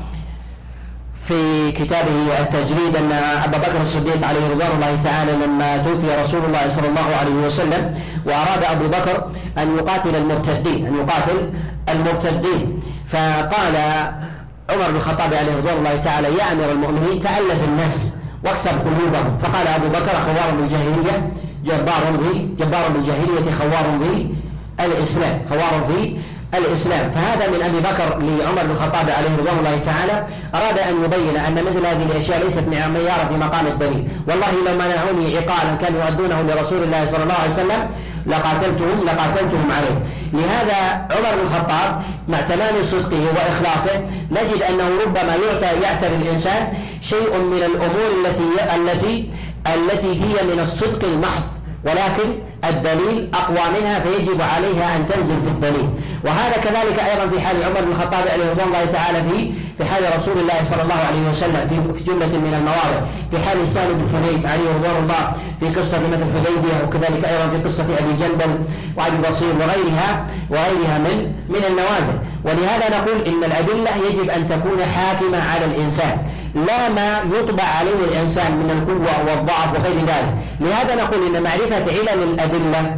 في كتابه التجريد أن أبا بكر الصديق عليه رضوان الله تعالى لما توفي رسول الله صلى الله عليه وسلم وأراد أبو بكر أن يقاتل المرتدين أن يقاتل المرتدين فقال عمر بن الخطاب عليه رضوان الله تعالى: يا أمير المؤمنين تألف الناس واكسب قلوبهم. فقال أبو بكر: خوار بالجاهلية جبار في جبار بالجاهلية خوار في الإسلام خوار في الإسلام. فهذا من أبي بكر لعمر بن الخطاب عليه رضوان الله تعالى، أراد أن يبين أن مثل هذه الأشياء ليست معيارا في مقام الدليل. والله لو منعوني عقالا كانوا يؤدونه لرسول الله صلى الله عليه وسلم لقاتلتهم لقاتلتهم عليه. لهذا عمر بن الخطاب مع تمام صدقه وإخلاصه نجد أنه ربما يعطى يعتري الإنسان شيء من الأمور التي التي التي هي من الصدق المحض، ولكن الدليل أقوى منها فيجب عليها أن تنزل في الدليل. وهذا كذلك أيضا في حال عمر بن الخطاب عليه رضوان الله تعالى في في حال رسول الله صلى الله عليه وسلم في في جملة من المواضع، في حال سالم بن حذيف عليه رضوان الله في قصة مثل حديبية، وكذلك أيضا في قصة أبي جندل وأبي بصير وغيرها وغيرها من من النوازل. ولهذا نقول إن الأدلة يجب أن تكون حاكمة على الإنسان، لا ما يطبع عليه الإنسان من القوة والضعف وغير ذلك. لهذا نقول إن معرفة علل الأدلة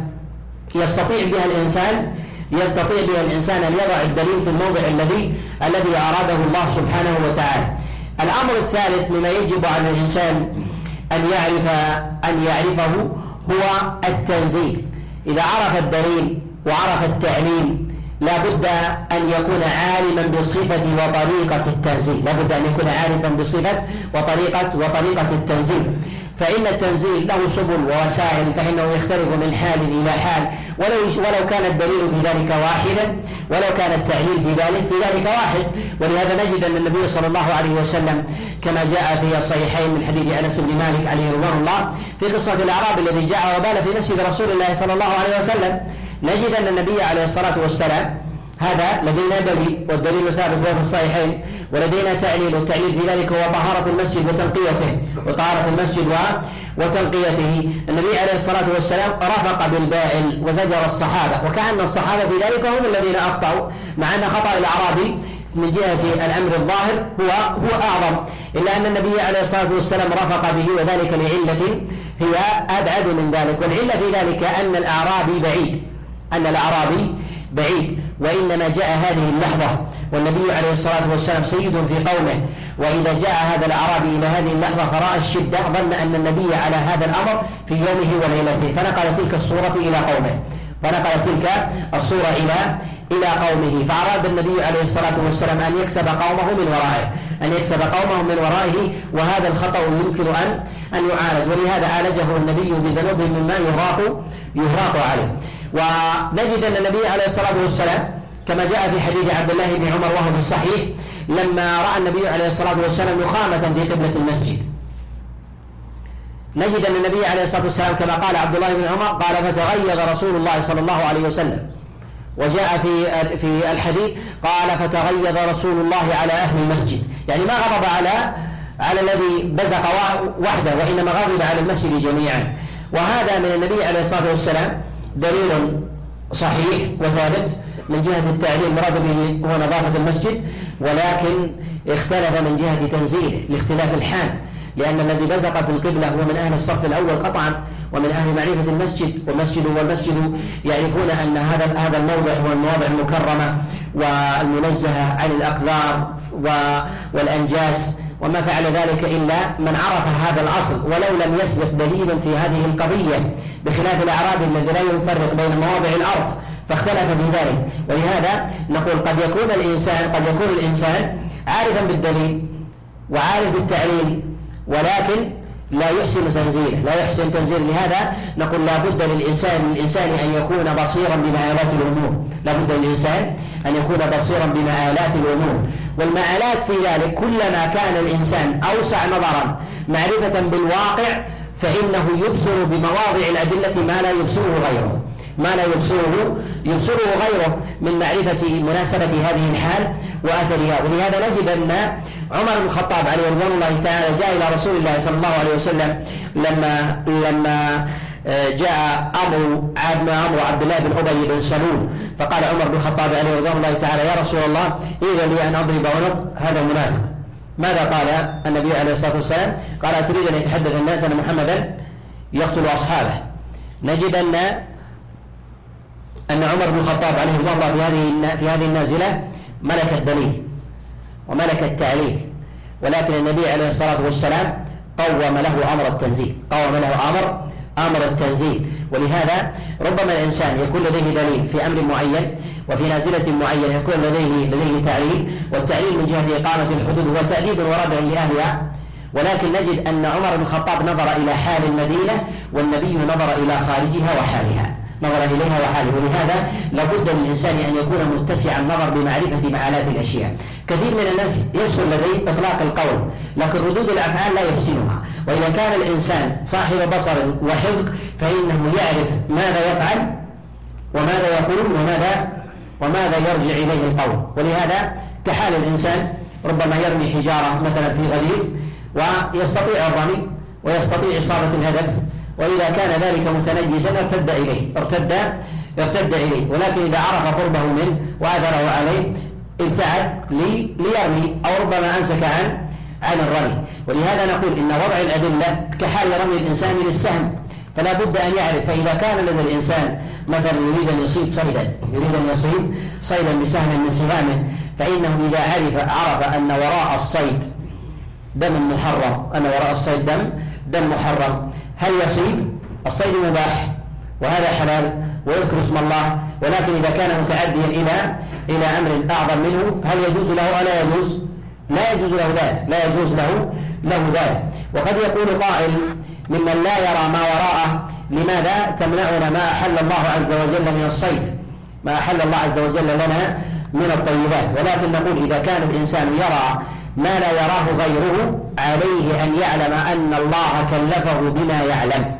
يستطيع بها الإنسان يستطيع بها الإنسان أن يضع الدليل في الموضع الذي الذي أراده الله سبحانه وتعالى. الأمر الثالث مما يجب على الإنسان أن يعرف أن يعرفه هو التنزيل. إذا عرف الدليل وعرف التعليل لا بد أن يكون عالما بصفة وطريقة التنزيل، لا بد أن يكون عارفا بصفة وطريقة وطريقة التنزيل. فإن التنزيل له سبل ووسائل، فإنه يختلف من حال إلى حال، ولو ولو كان الدليل في ذلك واحدا، ولو كان التعليل في ذلك في ذلك واحد. ولهذا نجد أن النبي صلى الله عليه وسلم كما جاء في الصحيحين من حديث أنس بن مالك عليه رضوان الله في قصة الأعرابي الذي جاء وبال في مسجد رسول الله صلى الله عليه وسلم، نجد أن النبي عليه الصلاة والسلام هذا لدينا دليل، والدليل ثابت في الصحيحين، ولدينا تعليل، والتعليل في ذلك هو طهارة المسجد وتنقيته وطهارة المسجد وتنقيته. النبي عليه الصلاة والسلام رفق بالبائل وزجر الصحابة، وكأن الصحابة في ذلك هم الذين أخطأوا، مع أن خطأ الأعرابي من جهة الأمر الظاهر هو هو أعظم، إلا أن النبي عليه الصلاة والسلام رفق به، وذلك لعلة هي أبعد من ذلك. والعلة في ذلك أن الأعرابي بعيد أن الأعرابي بعيد، وإنما جاء هذه اللحظة والنبي عليه الصلاة والسلام سيد في قومه، وإذا جاء هذا الأعرابي إلى هذه اللحظة فرأى الشدة ظن أن النبي على هذا الأمر في يومه وليلته، فنقل تلك الصورة إلى قومه فنقل تلك الصورة إلى إلى قومه، فأراد النبي عليه الصلاة والسلام أن يكسب قومه من ورائه أن يكسب قومه من ورائه وهذا الخطأ يمكن أن أن يعالج، ولهذا عالجه النبي بذنوب من ماء يهراق يهراق عليه. ونجد أن النبي عليه الصلاة والسلام كما جاء في حديث عبد الله بن عمر وهو في الصحيح، لما رأى النبي عليه الصلاة والسلام نخامة في قبلة المسجد، نجد أن النبي عليه الصلاة والسلام كما قال عبد الله بن عمر قال فتغيظ رسول الله صلى الله عليه وسلم، وجاء في في الحديث قال فتغيظ رسول الله على أهل المسجد، يعني ما غضب على على الذي بزق وحده وإنما غضب على المسجد جميعا. وهذا من النبي عليه الصلاة والسلام دليل صحيح وثابت من جهة التعليل المراد به هو نظافة المسجد، ولكن اختلف من جهة تنزيله لاختلاف الحال، لأن الذي بزق في القبلة هو من أهل الصف الأول قطعا ومن أهل معرفة المسجد، والمسجد والمسجد يعرفون أن هذا هذا الموضع هو المواضع المكرمة والمنزهة عن الأقذار والأنجاس وما فعل ذلك إلا من عرف هذا الأصل، ولو لم يسبق دليل في هذه القضية، بخلاف الأعرابي الذي لا يفرق بين مواضع الأرض فاختلف في ذلك. ولهذا نقول قد يكون الإنسان قد يكون الإنسان عارفا بالدليل وعارف بالتعليل ولكن لا يحسن تنزيله لا يحسن تنزيله لهذا نقول لا بد للإنسان للإنسان أن يكون بصيرا بمآلات الأمور لا بد للإنسان أن يكون بصيرا بمآلات الأمور. والمآلات في ذلك كلما كان الإنسان أوسع نظرا معرفة بالواقع فإنه يبصر بمواضع الأدلة ما لا يبصره غيره ما لا يبصره يبصره غيره من معرفة مناسبة هذه الحال وأثرها. ولهذا نجد أن عمر بن الخطاب عليه رضوان الله تعالى جاء إلى رسول الله صلى الله عليه وسلم لما لما جاء أمر أمر عبد الله بن أبي بن سلول، فقال عمر بن الخطاب عليه رضوان الله تعالى يا رسول الله إذن لي أن أضرب عنق هذا المنافق. ماذا قال النبي عليه الصلاة والسلام؟ قال تريد أن يتحدث الناس أن محمدا يقتل أصحابه. نجد أن أن عمر بن الخطاب عليه رضوان الله في هذه في هذه النازلة ملك الدليل وملك التعليل، ولكن النبي عليه الصلاة والسلام قوم له أمر التنزيل قوم له أمر أمر التنزيل. ولهذا ربما الإنسان يكون لديه دليل في أمر معين وفي نازلة معينة يكون لديه لديه تعليل، والتعليل من جهة إقامة الحدود هو تأديب وردع لأهلها، ولكن نجد أن عمر بن الخطاب نظر إلى حال المدينة والنبي نظر إلى خارجها وحالها نظر إليها وحاله. ولهذا لابد للإنسان أن يكون متسع النظر بمعرفة معالات الأشياء. كثير من الناس يسهل لديه إطلاق القول لكن ردود الأفعال لا يحسنها، وإذا كان الإنسان صاحب بصر وحفظ فإنه يعرف ماذا يفعل وماذا يقول وماذا وماذا يرجع إليه القول. ولهذا كحال الإنسان ربما يرمي حجارة مثلا في غدير ويستطيع الرمي ويستطيع إصابة الهدف، وإذا كان ذلك متنجسا ارتد إليه ارتد ارتد إليه ولكن إذا عرف قربه منه وآثره عليه ابتعد لي ليرمي أو ربما أمسك عن عن الرمي. ولهذا نقول إن وضع الأدلة كحال رمي الإنسان للسهم، فلا بد أن يعرف. فإذا كان لدى الإنسان مثلا يريد أن يصيد صيدا يريد أن يصيد صيدا بسهم من سهامه، فإنه إذا عرف عرف أن وراء الصيد دم محرم أن وراء الصيد دم دم محرم، هل يصيد؟ الصيد مباح وهذا حلال ويذكر اسم الله، ولكن إذا كان متعديا إلى إلى أمر أعظم منه هل يجوز له أو لا يجوز؟ لا يجوز له ذلك لا يجوز له له ذلك. وقد يقول قائل ممن لا يرى ما وراءه لماذا تمنعنا ما أحل الله عز وجل من الصيد ما أحل الله عز وجل لنا من الطيبات؟ ولكن نقول إذا كان الإنسان يرى ما لا يراه غيره عليه أن يعلم أن الله كلفه بما يعلم،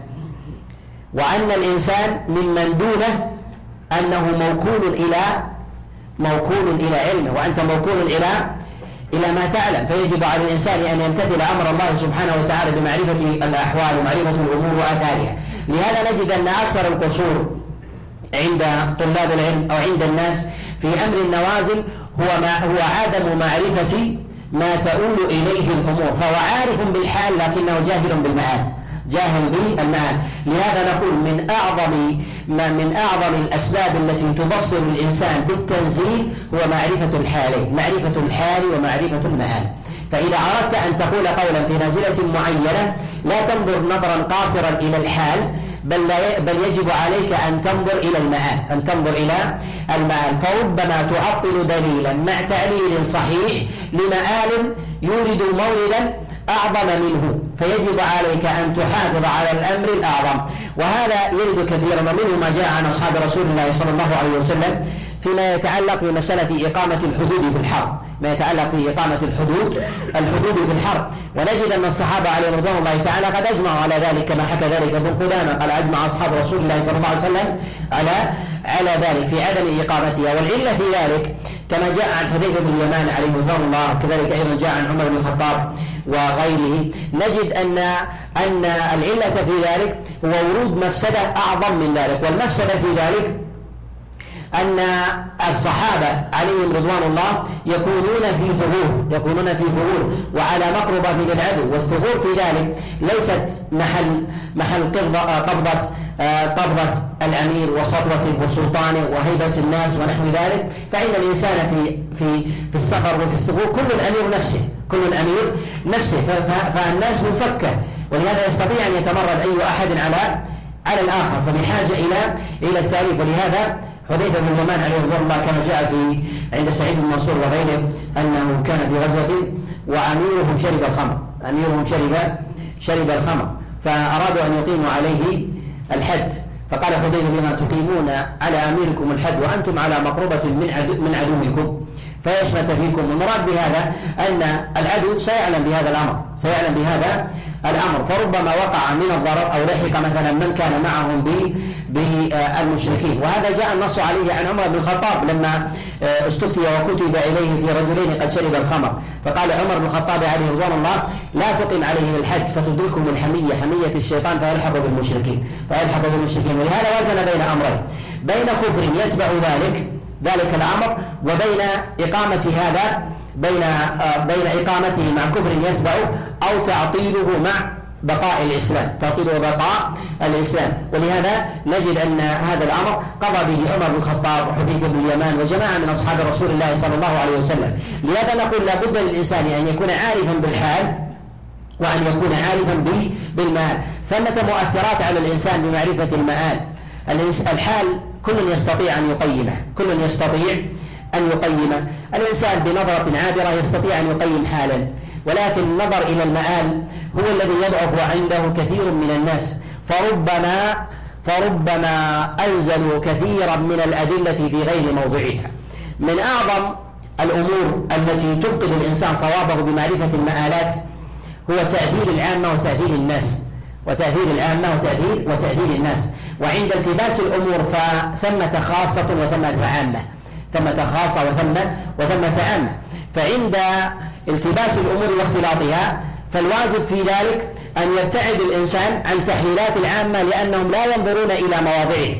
وأن الإنسان ممن دونه أنه موكول إلى موكول إلى علمه، وأنت موكول إلى إلى ما تعلم، فيجب على الإنسان أن يمتثل أمر الله سبحانه وتعالى بمعرفة الأحوال ومعرفة الأمور وآثارها. لهذا نجد أن أكثر القصور عند طلاب العلم أو عند الناس في أمر النوازل هو ما هو عدم معرفة ما تؤول إليه الأمور، فهو عارف بالحال لكنه جاهل بالمعاد جاهل بالمعاد. لهذا نقول من أعظم ما من أعظم الأسباب التي تبصر الإنسان بالتنزيل هو معرفة الحالين، معرفة الحال ومعرفة المآل. فإذا أردت أن تقول قولا في نازلة معينة لا تنظر نظرا قاصرا إلى الحال، بل, لا بل يجب عليك أن تنظر إلى المآل، أن تنظر إلى المآل. فربما تعطل دليلا مع تعليل صحيح لمآل يورد موردا أعظم منه، فيجب عليك أن تحافظ على الأمر الأعظم. وهذا يرد كثيرا، ومنه ما جاء عن أصحاب رسول الله صلى الله عليه وسلم فيما يتعلق بمسألة إقامة الحدود في الحرب، ما يتعلق في إقامة الحدود الحدود في الحرب. ونجد أن الصحابة عليهم رضوان الله تعالى قد أجمعوا على ذلك، كما حكى ذلك ابن قدامة قال أجمع أصحاب رسول الله صلى الله عليه وسلم على على ذلك في عدم إقامتها. والعلة في ذلك كما جاء عن حذيفة بن اليمان عليه رضوان الله، كذلك أيضا جاء عن عمر بن الخطاب وغيره، نجد أن أن العلة في ذلك هو ورود مفسدة أعظم من ذلك. والمفسدة في ذلك أن الصحابة عليهم رضوان الله يكونون في ظهور يكونون في ظهور وعلى مقربة من العدو، والظهور في ذلك ليست محل محل قبضة قبضة قبضة الأمير وسطوته وسلطانه وهيبة الناس ونحو ذلك. فإن الإنسان في في في السفر وفي الثغور كل الأمير نفسه كل الأمير نفسه فالناس منفكة، ولهذا يستطيع أن يتمرد أي أحد على على الآخر، فبحاجة إلى إلى التأليف. ولهذا حذيفة بن اليمان عليه رضوان الله كما جاء في عند سعيد بن منصور وغيره أنه كان في غزوة وأميرهم شرب الخمر أميرهم شرب شرب الخمر فأرادوا أن يقيموا عليه الحد، فقال حذيفة لما تقيمون على أميركم الحد وأنتم على مقربة من عدو من عدوكم فيشمت فيكم. والمراد بهذا أن العدو سيعلم بهذا الأمر سيعلم بهذا الأمر فربما وقع من الضرر أو لحق مثلا من كان معهم بالمشركين. وهذا جاء النص عليه عن عمر بن الخطاب لما استفتي وكتب إليه في رجلين قد شرب الخمر، فقال عمر بن الخطاب عليه رضوان الله لا تقم عليهم الحد فتدركهم الحمية حمية الشيطان فيلحق بالمشركين فيلحق بالمشركين. ولهذا وزن بين أمرين، بين كفر يتبع ذلك ذلك الأمر وبين إقامة هذا بين بين إقامته مع كفر يتبع أو تعطيله مع بقاء الإسلام تعطيله وبقاء الإسلام. ولهذا نجد أن هذا الأمر قضى به عمر بن الخطاب وحذيفة بن اليمان وجماعة من أصحاب رسول الله صلى الله عليه وسلم. لهذا نقول لا بد للإنسان أن يكون عارفا بالحال وأن يكون عارفا بالمآل. ثمة مؤثرات على الإنسان بمعرفة المآل. الحال كل يستطيع أن يقيمه كل يستطيع أن يقيمه الإنسان بنظرة عابرة يستطيع أن يقيم حالا، ولكن النظر إلى المآل هو الذي يضعف عنده كثير من الناس، فربما فربما أنزلوا كثيرا من الأدلة في غير موضعها. من أعظم الأمور التي تفقد الإنسان صوابه بمعرفة المآلات هو تأثير العامة وتأثير الناس وتأثير العامة وتأثير وتأثير الناس. وعند التباس الأمور فثمة خاصة وثمة عامة ثمة خاصة وثمة وثمة عامة. فعند التباس الأمور واختلاطها فالواجب في ذلك أن يبتعد الإنسان عن تحليلات العامة لأنهم لا ينظرون إلى مواضعه.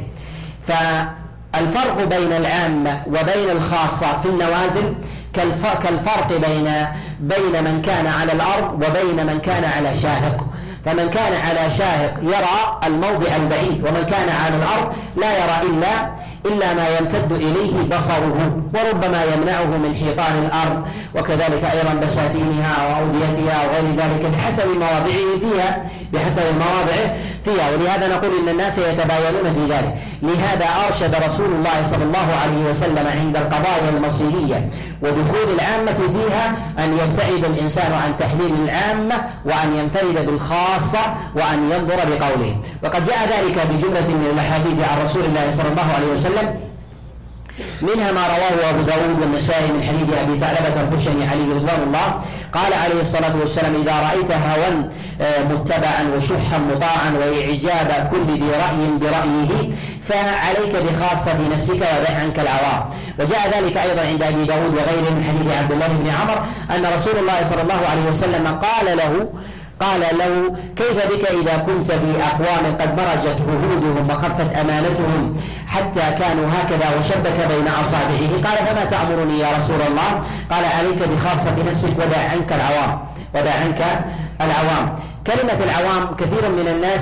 فالفرق بين العامة وبين الخاصة في النوازل كالفرق بين بين من كان على الأرض وبين من كان على شاهق. فمن كان على شاهق يرى الموضع البعيد، ومن كان على الأرض لا يرى إلا إلا ما يمتد إليه بصره، وربما يمنعه من حيطان الأرض وكذلك أيضا بساتينها وأوديتها وغير ذلك بحسب مواضعه فيها بحسب المواضع فيها. ولهذا نقول إن الناس يتباينون في ذلك. لهذا أرشد رسول الله صلى الله عليه وسلم عند القضايا المصيرية ودخول العامة فيها أن يبتعد الإنسان عن تحليل العامة وأن ينفرد بالخاصة وأن ينظر بقوله. وقد جاء ذلك في جملة من الأحاديث عن رسول الله صلى الله عليه وسلم، منها ما رواه أبو داود والنسائي من حديث أبي ثعلبة الخشني عليه رضوان الله قال عليه الصلاة والسلام إذا رأيت هوى متبعا وشحا مطاعا وإعجاب كل ذي رأي برأيه فعليك بخاصة نفسك ودع عنك العوام. وجاء ذلك أيضا عند أبي داود وغيره من حديث عبد الله بن عمر أن رسول الله صلى الله عليه وسلم قال له قال له كيف بك إذا كنت في أقوام قد مرجت عهودهم وخفت أمانتهم حتى كانوا هكذا وشبك بين أصابعه؟ قال فما تأمرني يا رسول الله؟ قال عليك بخاصة نفسك ودع عنك العوام ودع عنك العوام. كلمة العوام كثير من الناس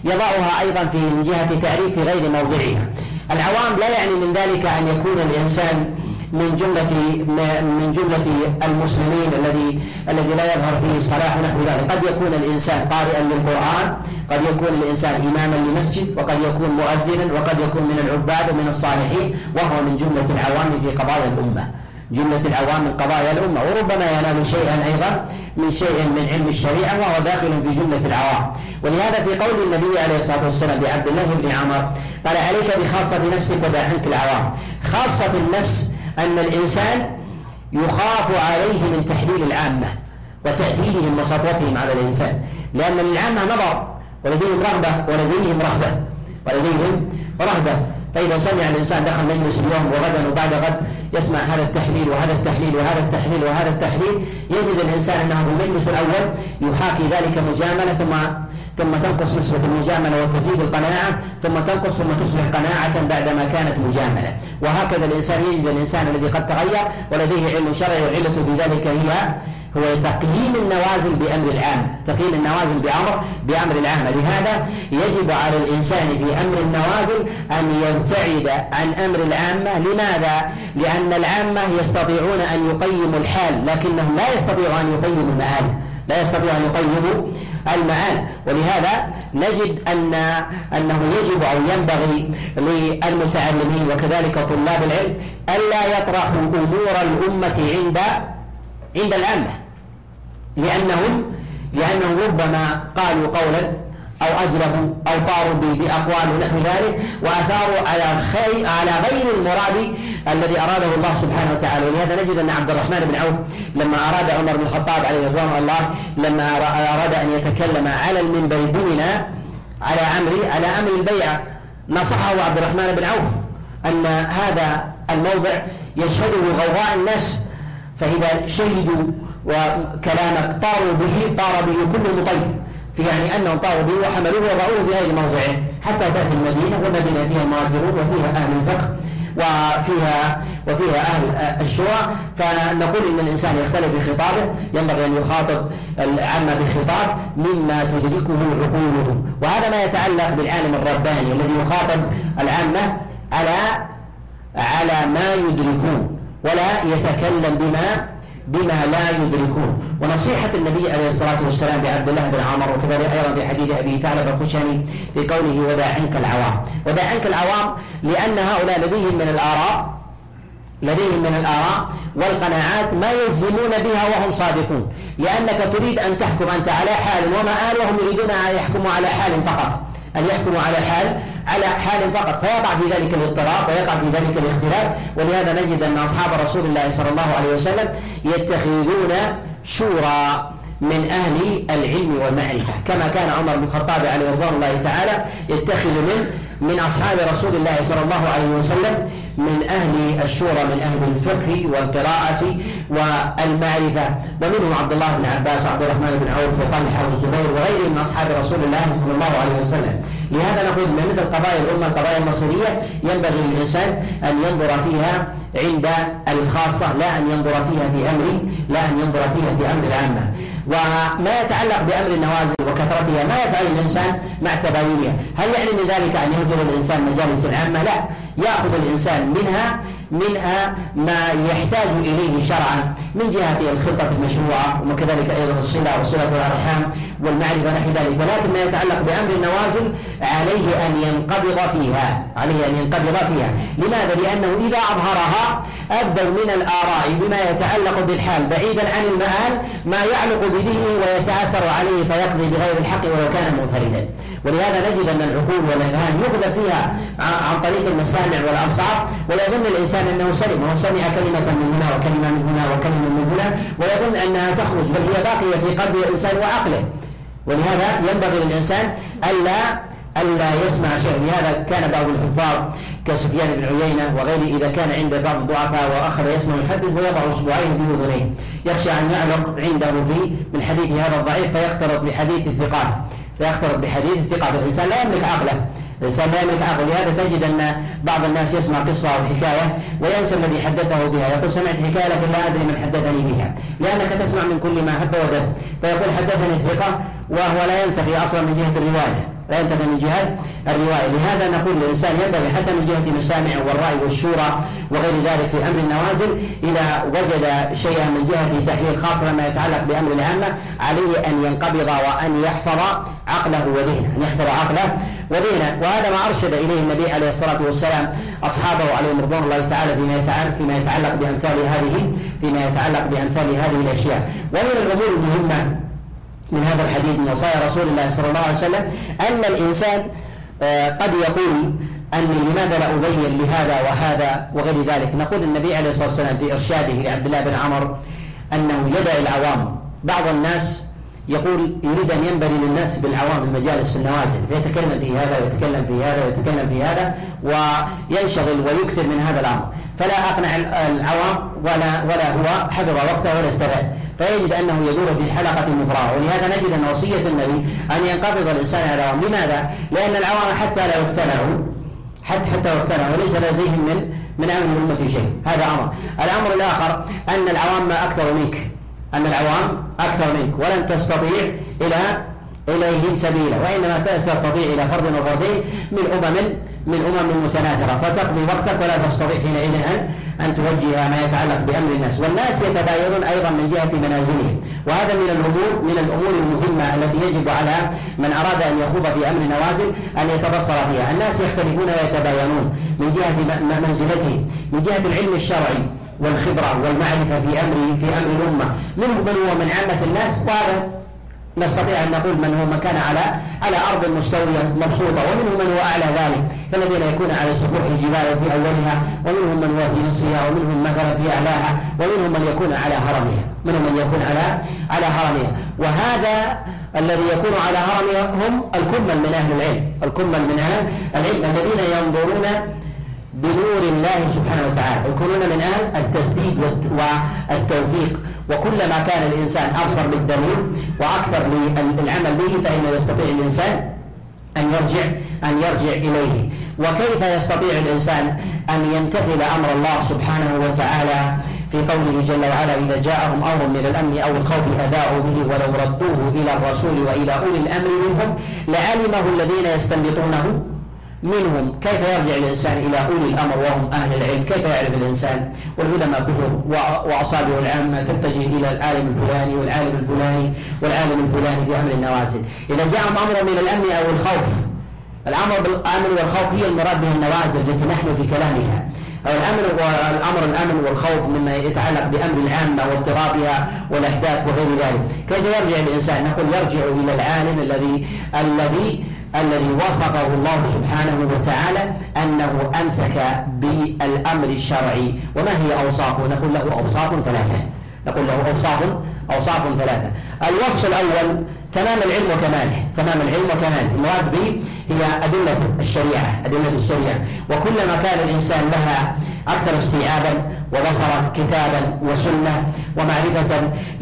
يضعها أيضا في من جهة تعريف في غير موضعها. العوام لا يعني من ذلك أن يكون الإنسان من جملة من جملة المسلمين الذي الذي لا يظهر فيه الصلاح ونحو ذلك. قد يكون الإنسان قارئا للقرآن، قد يكون الإنسان إماما لمسجد، وقد يكون مؤذنا، وقد يكون من العباد ومن الصالحين، وهو من جملة العوام في قضايا الأمة، جملة العوام من قضايا الأمة، وربما ينال شيئا أيضا من شيء من علم الشريعة وهو داخل في جملة العوام. ولهذا في قول النبي عليه الصلاة والسلام لعبد الله بن عمر قال: عليك بخاصة نفسك ودع عنك العوام. خاصة النفس أن الإنسان يخاف عليه من تحليل العامة وتأثيرهم وسطوتهم على الإنسان، لأن للعامة نظر ولديهم رغبة ولديهم رهبة ولديهم رهبة فإذا سمع الإنسان دخل مجلس اليوم وغدا وبعد غد يسمع هذا التحليل وهذا التحليل وهذا التحليل وهذا التحليل، يجد الإنسان أنه في المجلس الأول يحاكي ذلك مجاملة، ثم ثم تنقص نسبة المجاملة وتزيد القناعة، ثم تنقص ثم تصبح قناعة بعدما كانت مجاملة. وهكذا الإنسان يجد الإنسان الذي قد تغير ولديه علم شرعي، والعلة في ذلك هي هو تقييم النوازل بأمر العام، تقييم النوازل بأمر بأمر العام. لهذا يجب على الإنسان في أمر النوازل أن يبتعد عن أمر العامة. لماذا؟ لأن العامة يستطيعون أن يقيموا الحال لكنهم لا يستطيعوا أن يقيموا المآل، لا يستطيعوا أن يقيموا المآل. ولهذا نجد أن أنه يجب أو ينبغي للمتعلمين وكذلك طلاب العلم ألا يطرحوا أمور الأمة عند عند العامة، لأنهم لأنهم ربما قالوا قولا أو أجلبوا أو طاروا بأقوال ونحو ذلك وأثاروا على خير على غير المراد الذي أراده الله سبحانه وتعالى. ولهذا نجد أن عبد الرحمن بن عوف لما أراد عمر بن الخطاب عليه رضوان الله لما أراد أن يتكلم على المنبر بنى على أمر على أمر البيعة، نصحه عبد الرحمن بن عوف أن هذا الموضع يشهده غوغاء الناس، فإذا شهدوا وكلامك طاروا به طار به كل مطير، في يعني أنهم طاروا به وحملوه وضعوه في غير موضعه حتى تأتي المدينة، والمدينة فيها المهاجرون وفيها أهل الفقه وفيها وفيها أهل الشورى. فنقول إن الإنسان يختلف في خطابه، ينبغي أن يخاطب العامة بخطاب مما تدركه عقولهم، وهذا ما يتعلق بالعالم الرباني الذي يخاطب العامة على على ما يدركون ولا يتكلم بما بما لا يدركون. ونصيحة النبي عليه الصلاة والسلام لعبد الله بن عمر وكذلك أيضا في حديث أبي ثعلب الخشني في قوله: ودع عنك العوام. ودع عنك العوام لأن هؤلاء لديهم من الآراء لديهم من الآراء والقناعات ما يلزمون بها وهم صادقون، لأنك تريد أن تحكم أنت على حال ومآل، وهم يريدون أن يحكموا على حال فقط، أن يحكموا على حال على حال فقط، فيقع في ذلك الاضطراب ويقع في ذلك الاختلاف. ولهذا نجد أن أصحاب رسول الله صلى الله عليه وسلم يتخذون شورى من أهل العلم والمعرفة، كما كان عمر بن الخطاب عليه رضوان الله تعالى يتخذ من من أصحاب رسول الله صلى الله عليه وسلم من أهل الشورى، من أهل الفقه والقراءة والمعرفة، ومنهم عبد الله بن عباس وعبد الرحمن بن عوف وطلحة والزبير وغيرهم من أصحاب رسول الله صلى الله عليه وسلم. لهذا نقول من مثل قضايا الأمة القضايا المصيرية ينبغي للإنسان أن ينظر فيها عند الخاصة، لا أن ينظر فيها في أمر لا أن ينظر فيها في أمر العامة. وما يتعلق بأمر النوازل وكثرتها ما يفعل الإنسان مع تباينها، هل يعني من ذلك أن يهجر الإنسان مجالس العامة؟ لا، يأخذ الإنسان منها منها ما يحتاج إليه شرعا من جهة الخطة المشروعة، وكذلك أيضا الصلة وصلة الأرحام والمعرفة نحو ذلك. ولكن ما يتعلق بأمر النوازل عليه أن ينقبض فيها عليه أن ينقبض فيها لماذا؟ لأنه إذا أظهرها أبدوا من الآراء بما يتعلق بالحال بعيدا عن المآل ما يعلق بذهنه ويتأثر عليه فيقضي بغير الحق ولو كان منفردا. ولهذا نجد أن العقول والأذهان يغذى فيها عن طريق المسامع والأبصار، ويظن الإنسان أنه سلم، وهو سمع كلمة من هنا وكلمة من هنا وكلمة من هنا ويظن أنها تخرج، بل هي باقية في قلب الإنسان وعقله. ولهذا ينبغي للإنسان ألا ألا يسمع شيء. لهذا كان بعض الحفاظ كسفيان بن عيينة وغيره إذا كان عند بعض الضعفاء وأخذ يسمع الحديث ويضع أصبعيه في أذنيه يخشى أن يعلق عنده في من حديث هذا الضعيف فيختلط بحديث الثقات فيختلط بحديث الثقات. الإنسان لا يملك عقله، الإنسان لا يملك عقله. لهذا تجد أن بعض الناس يسمع قصة أو حكاية وينسى الذي حدثه بها، يقول سمعت حكاية لكن لا أدري من حدثني بها، لأنك تسمع من كل ما هب ودب، فيقول حدثني الثقة وهو لا ينتهي أصلا من جهة الرواية لا ينتفع من جهة الرواية. لهذا نقول للإنسان ينبغي حتى من جهة المسامع والرأي والشورى وغير ذلك في أمر النوازل، إذا وجد شيئا من جهة تحليل خاصة ما يتعلق بأمر العامة عليه أن ينقبض وأن يحفظ عقله وذهنه، أن يحفظ عقله وذهنه. وهذا ما أرشد إليه النبي عليه الصلاة والسلام أصحابه عليهم رضوان الله تعالى فيما يتعلق فيما يتعلق بأمثال هذه فيما يتعلق بأمثال هذه الأشياء. ومن الأمور المهمة من هذا الحديث من وصايا رسول الله صلى الله عليه وسلم أن الإنسان قد يقول أني لماذا لا أبين لهذا وهذا وغير ذلك. نقول النبي عليه الصلاة والسلام في إرشاده لعبد الله بن عمر أنه يدع العوام. بعض الناس يقول يريد أن ينبغي للناس بالعوام المجالس في النوازل، فيتكلم في هذا ويتكلم في هذا ويتكلم في هذا وينشغل ويكثر من هذا الأمر، فلا أقنع العوام ولا ولا هو حفظ وقته ولا استفاد، فيجد أنه يدور في حلقة مفرغة. ولهذا نجد أن وصية النبي أن ينقبض الإنسان على العوام. لماذا؟ لأن العوام حتى لا يقتنعوا حتى حتى يقتنعوا وليس لديهم من من أمر الأمة شيء. هذا أمر. الأمر الآخر أن العوام أكثر منك أن العوام أكثر منك ولن تستطيع إلى إليهم سبيلا، وإنما تستطيع إلى فرد وفردين من أمم من أمم متناثرة، فتقضي وقتك ولا تستطيع حينئذ أن أن توجه ما يتعلق بأمر الناس. والناس يتباينون أيضا من جهة منازلهم، وهذا من الأمور من الأمور المهمة التي يجب على من أراد أن يخوض في أمر النوازل أن يتبصر فيها. الناس يختلفون ويتباينون من جهة منزلتهم، من جهة العلم الشرعي والخبرة والمعرفة في أمر في أمر الأمة، منهم من هو من عامة الناس، وهذا نستطيع أن نقول من هو من كان على على أرض مستوية مبسوطة، ومنهم من هو أعلى ذلك كالذين يكون على سفوح الجبال في أولها، ومنهم من هو في نصها، ومنهم مثلا في أعلاها، ومنهم من يكون على هرمها منهم من يكون على على هرمها. وهذا الذي يكون على هرمها هم الكمل من أهل العلم الكمل من أهل العلم الذين ينظرون بنور الله سبحانه وتعالى، يكونون من أهل التسديد والتوفيق. وكلما كان الإنسان أبصر بالدليل وأكثر للعمل به فإنه يستطيع الإنسان أن يرجع أن يرجع إليه. وكيف يستطيع الإنسان أن يمتثل أمر الله سبحانه وتعالى في قوله جل وعلا: إذا جاءهم أمر من الأمن أو الخوف أذاعوا به ولو ردوه إلى الرسول وإلى أولي الأمر منهم لعلمه الذين يستنبطونه منهم. كيف يرجع الإنسان إلى أولي الأمر وهم أهل العلم؟ كيف يعرف الإنسان؟ والعلماء كثر وأصابع العامة تتجه إلى العالم الفلاني والعالم الفلاني والعالم الفلاني في أمر النوازل. إذا جاءهم أمر من الأمن أو الخوف، الأمر بالأمن والخوف هي المراد به النوازل التي نحن في كلامها. الأمر والأمر الأمن والخوف مما يتعلق بأمر العامة واضطرابها والأحداث وغير ذلك. كيف يرجع الإنسان؟ نقول يرجع إلى العالم الذي الذي الذي وصفه الله سبحانه وتعالى أنه أمسك بالأمر الشرعي. وما هي أوصافه؟ نقول له أوصاف ثلاثة نقول له أوصاف أوصاف ثلاثة. الوصف الأول تمام العلم وكماله تمام العلم وكماله. المراد به هي أدلة الشريعة أدلة الشريعة وكلما كان الإنسان لها أكثر استيعابا وبصرا كتابا وسنة ومعرفة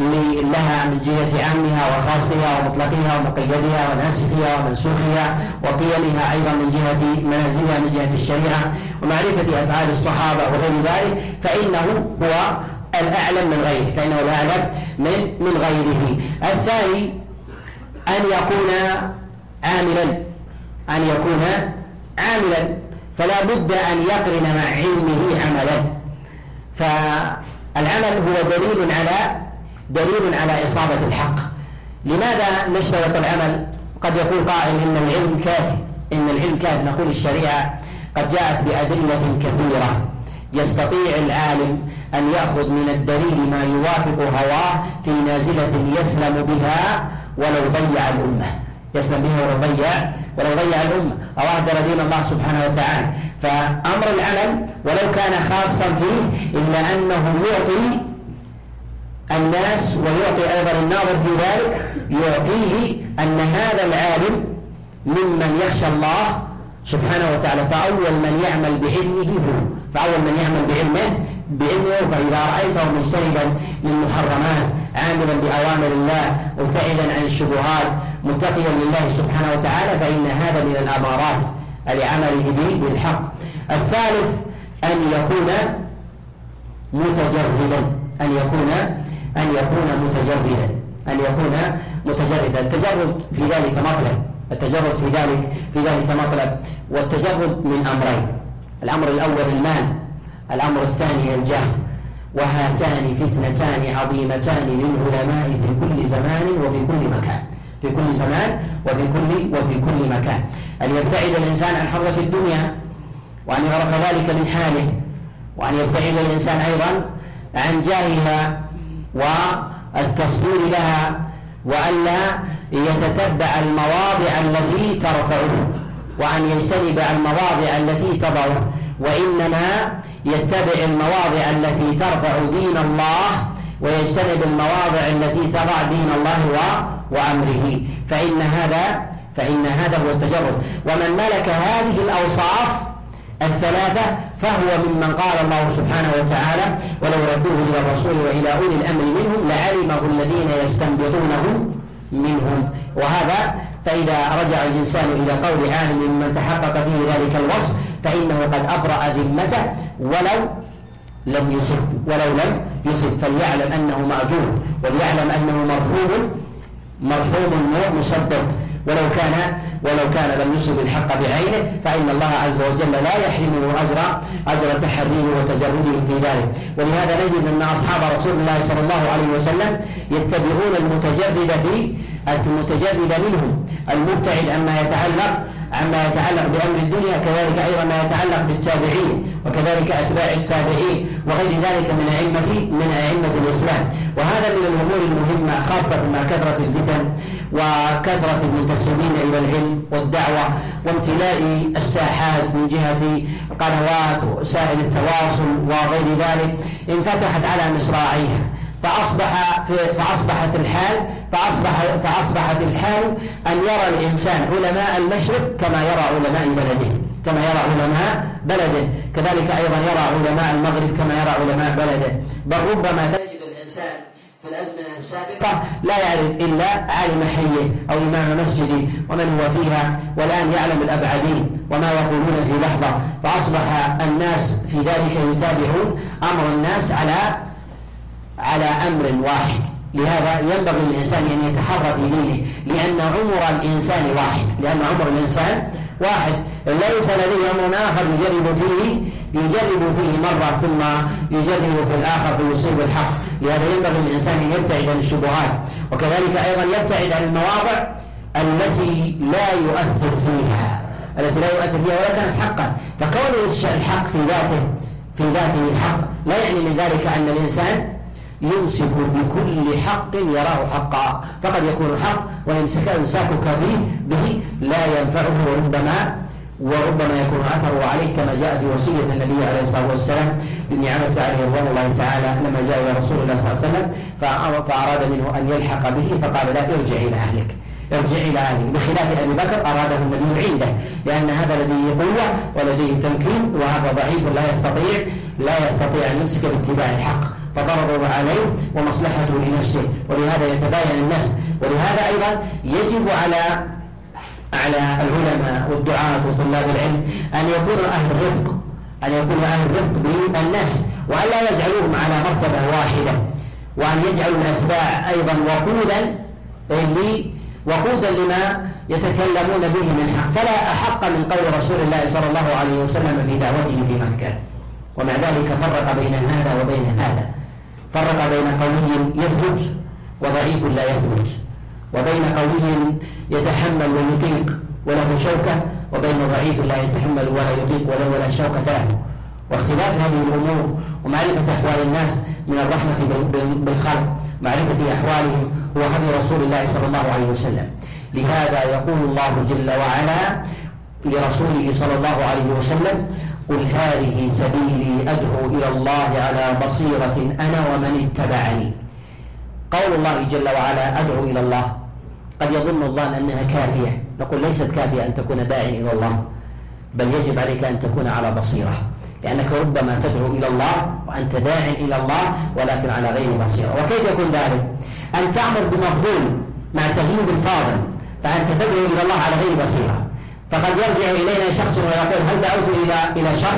لها من جهة عامها وخاصها ومطلقها ومقيدها وناسخها ومنسوخها وقيمها أيضا من جهة منازلها من جهة الشريعة ومعرفة أفعال الصحابة وغير ذلك، فإنه هو الأعلم من غيره فإنه الأعلم من من غيره. الثاني أن يكون عاملا أن يكون عاملا فلا بد أن يقرن مع علمه عملا. فالعمل هو دليل على دليل على إصابة الحق. لماذا نشترط العمل؟ قد يقول قائل إن العلم كافي إن العلم كافي. نقول الشريعة قد جاءت بأدلة كثيرة، يستطيع العالم أن يأخذ من الدليل ما يوافق هواه في نازلة يسلم بها ولو ضيع الأمة يسلم بها ولو ضيع ولو ضيع الأمة أو أهدر دين الله سبحانه وتعالى. فأمر العمل ولو كان خاصا فيه إلا أنه يعطي الناس ويعطي أيضا الناظر في ذلك، يعطيه أن هذا العالم ممن يخشى الله سبحانه وتعالى. فأول من يعمل بعلمه هو فأول من يعمل بعلمه بعلمه فإذا رأيته مجتنبا للمحرمات عاملا بأوامر الله مبتعدا عن الشبهات متقيا لله سبحانه وتعالى فإن هذا من الأمارات لعمله به بالحق. الثالث أن يكون متجردا أن يكون أن يكون متجردا أن يكون متجردا. التجرد في ذلك مطلب التجرد في ذلك في ذلك مطلب. والتجرد من أمرين: الأمر الأول المال، الأمر الثاني الجاه، وهاتان فتنتان عظيمتان للعلماء في كل زمان وفي كل مكان، في كل زمان وفي كل وفي كل مكان. أن يبتعد الإنسان عن حرة الدنيا وأن يعرف ذلك من حاله، وأن يبتعد الإنسان أيضا عن جاهها والتصدير لها، وألا يتتبع المواضع التي ترفعه، وأن يجتنب المواضع التي تضعه، وإنما يتبع المواضع التي ترفع دين الله ويجتنب المواضع التي تضع دين الله وأمره، فإن هذا فإن هذا هو التجرد. ومن ملك هذه الأوصاف الثلاثة فهو ممن قال الله سبحانه وتعالى: ولو ردوه إلى الرسول وإلى أولي الأمر منهم لعلمه الذين يستنبطونه منهم. وهذا فإذا رجع الإنسان إلى قول عالم ممن تحقق فيه ذلك الوصف فإنه قد أبرأ ذمته ولو لم يصب ولو لم يصب فليعلم أنه مأجور، وليعلم أنه مرحوم مرحوم مصدق، ولو كان ولو كان لم يصب الحق بعينه فإن الله عز وجل لا يحرمه أجر أجر تحريه وتجرده في ذلك. ولهذا نجد أن أصحاب رسول الله صلى الله عليه وسلم يتبعون المتجرد في المتجرد منهم، المبتعد عما يتعلق عما يتعلق بأمر الدنيا، كذلك أيضا ما يتعلق بالتابعين وكذلك أتباع التابعين وغير ذلك من أئمة من أئمة الإسلام. وهذا من الأمور المهمة خاصة مع كثرة الفتن وكثرة المنتسبين إلى العلم والدعوة وامتلاء الساحات من جهة قنوات وسائل التواصل وغير ذلك، انفتحت على مصراعيها، فأصبح فأصبحت الحال فأصبح فأصبحت الحال أن يرى الإنسان علماء المشرق كما يرى علماء بلده كما يرى علماء بلده كذلك أيضا يرى علماء المغرب كما يرى علماء بلده، بل ربما تجد الإنسان في الأزمنة السابقة لا يعرف إلا عالم حيه أو إمام مسجد ومن هو فيها، والآن يعلم الأبعدين وما يقولون في لحظة، فأصبح الناس في ذلك يتابعون أمر الناس على على أمر واحد. لهذا ينبغي الإنسان أن يتحرى في دينه، لأن عمر الإنسان واحد لأن عمر الإنسان واحد ليس لديه أمر آخر يجرب فيه يجرب فيه مرة ثم يجرب في الآخر فيصيب الحق. لهذا ينبغي الإنسان أن يبتعد عن الشبهات، وكذلك أيضا يبتعد عن المواضع التي لا يؤثر فيها التي لا يؤثر فيها ولا كانت حقا. فكون الحق في ذاته في ذاته حق لا يعني من ذلك أن الإنسان يمسك بكل حق يراه حقا، فقد يكون حق ويمسك إمساكك به, به لا ينفعه وربما وربما يكون أثره عليك، كما جاء في وصية النبي عليه الصلاة والسلام لابن عباس عليه رضوان الله تعالى لما جاء إلى رسول الله صلى الله عليه وسلم فأراد منه أن يلحق به فقال لا ارجع إلى أهلك ارجع إلى أهلك، بخلاف أبي بكر أراده النبي عنده، لأن هذا لديه قوة ولديه تمكين وهذا ضعيف لا يستطيع لا يستطيع أن يمسك باتباع الحق، فضرره عليه ومصلحته لنفسه، ولهذا يتباين الناس. ولهذا أيضا يجب على على العلماء والدعاة وطلاب العلم أن يكونوا أهل رفق أن يكونوا أهل رفق بالناس، وأن لا يجعلوهم على مرتبة واحدة، وأن يجعلوا الأتباع أيضا وقودا وقودا لما يتكلمون به من حق، فلا أحق من قول رسول الله صلى الله عليه وسلم في دعوته في مكة. ومع ذلك فرق بين هذا وبين هذا، فرق بين قوي يثبت وضعيف لا يثبت، وبين قوي يتحمل ويطيق وله شوكة وبين ضعيف لا يتحمل ولا يطيق ولا ولا شوكة له. واختلاف هذه الأمور ومعرفة أحوال الناس من الرحمة بالخلق، معرفة أحوالهم هو هدي رسول الله صلى الله عليه وسلم. لهذا يقول الله جل وعلا لرسوله صلى الله عليه وسلم: قل هذه سبيلي أدعو إلى الله على بصيرة أنا ومن اتبعني. قول الله جل وعلا أدعو إلى الله قد يظن الظان أنها كافية، نقول ليست كافية أن تكون داعٍ إلى الله، بل يجب عليك أن تكون على بصيرة، لأنك ربما تدعو إلى الله وأنت داع إلى الله ولكن على غير بصيرة. وكيف يكون ذلك؟ أن تأمر بمفضول مع تغييب الفاضل، فأنت تدعو إلى الله على غير بصيرة. فقد يرجع إلينا شخص ويقول هل دعوت إلى إلى شر؟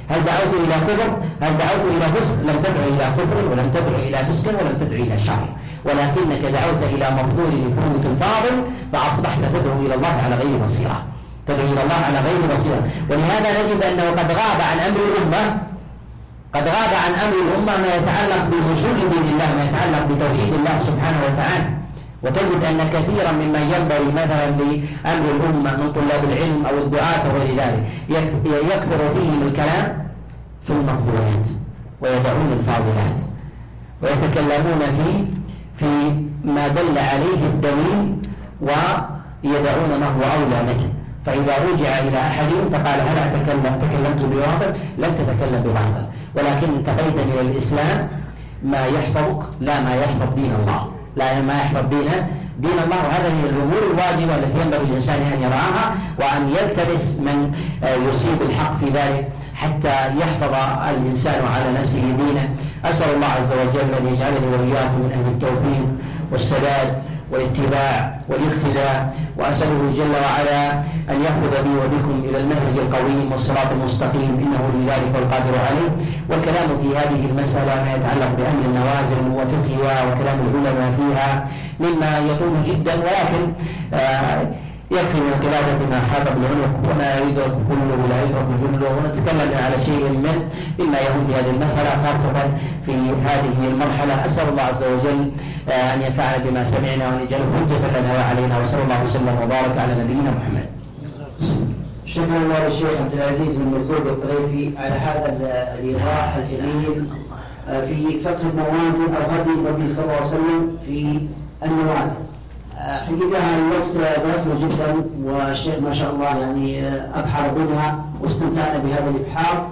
هل دعوت إلى كفر؟ هل دعوت إلى فسق؟ لم تدع إلى كفر ولم تدع إلى فسق ولم تدع إلى شر، ولكنك دعوت إلى مفضول يفوت الفاضل، فأصبحت تدعو إلى الله على غير بصيرة، تدعو إلى الله على غير بصيرة. ولهذا نجد أنه قد غاب عن أمر الأمة، قد غاب عن أمر الأمة ما يتعلق بوصول دين الله، ما يتعلق بتوحيد الله سبحانه وتعالى. وتجد أن كثيرا ممن ينبغي مثلا لأمر الأمة من طلاب العلم أو الدعاة وغير ذلك يكثر فيهم الكلام في المفضولات ويدعون الفاضلات، ويتكلمون في في ما دل عليه الدليل ويدعون ما هو أولى منه. فإذا رجع إلى أحدهم فقال هل أتكلم تكلمت بباطل؟ لم تتكلم بباطل، ولكن انتقيت من الإسلام ما يحفظك لا ما يحفظ دين الله، لا ما يحفظ دين دين الله. وهذا من الأمور الواجبة التي ينبغي الإنسان أن يراها، وأن يلتمس من يصيب الحق في ذلك حتى يحفظ الإنسان على نفسه دينه. أسأل الله عز وجل أن يجعلني وإياكم من أهل التوفيق والسداد والاتباع والاقتداء، وأسأله جل وعلا أن يأخذ بي وبكم إلى المنهج القويم والصراط المستقيم، إنه لذلك والقادر عليه. والكلام في هذه المسألة ما يتعلق بأمر النوازل وفقهها وكلام العلماء فيها مما يطول جدا، ولكن آه يكفي من قلادة ما حاط بالعنق وما يدرك كله ولا يدرك جله، ونتكلم على شيء من مما يهم في هذه المسألة خاصة في هذه المرحلة. أسأل الله عز وجل أن ينفعنا بما سمعنا وأن يجعله حجة لنا وعلينا، وصلى الله وسلم وبارك على نبينا محمد. شكرا الله للشيخ عبد العزيز بن مرزوق الطريفي على هذا الإيضاح الجميل في فقه النوازل أو هدي النبي صلى الله عليه وسلم في النوازل. حقيقة الوقت ضيقنا جدا، والشيخ ما شاء الله يعني أبحر منها واستمتعنا بهذا الإبحار،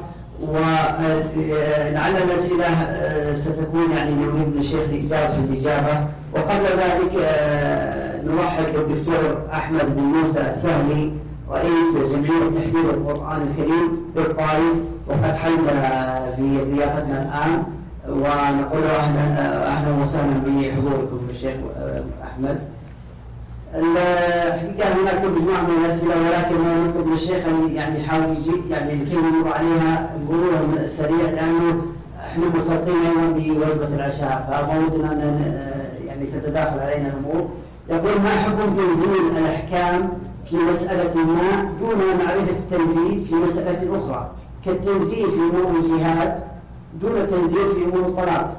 ولعل الأسئلة ستكون يعني نريد من الشيخ الإجازة في الإجابة. وقبل ذلك نرحب بالدكتور أحمد بن موسى السهلي رئيس جمعية تحفيظ القرآن الكريم بالطائف، وقد حل في ضيافتنا الآن، ونقول له أهلا وسهلا بحضوركم الشيخ أحمد. الحقيقة هناك مجموعة من الأسئلة، ولكن نطلب من الشيخ أن يعني يحاول يجيب يعني لكي نمر عليها مرورا السريع، لأنه احنا مرتبطين أيضا بوجبة العشاء، فما ودنا أن يعني تتداخل علينا الأمور. يقول ما حكم تنزيل الأحكام في مسألة ما دون معرفة التنزيل في مسألة أخرى، كالتنزيل في أمور الجهاد دون التنزيل في أمور الطلاق؟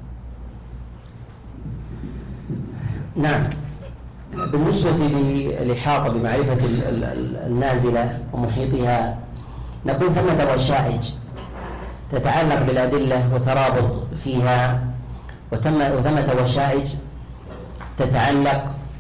نعم. بالنسبة للإحاطة بمعرفة النازلة ومحيطها، نقول ثمة وشائج تتعلق بالأدلة وترابط فيها، وثمة وشائج تتعلق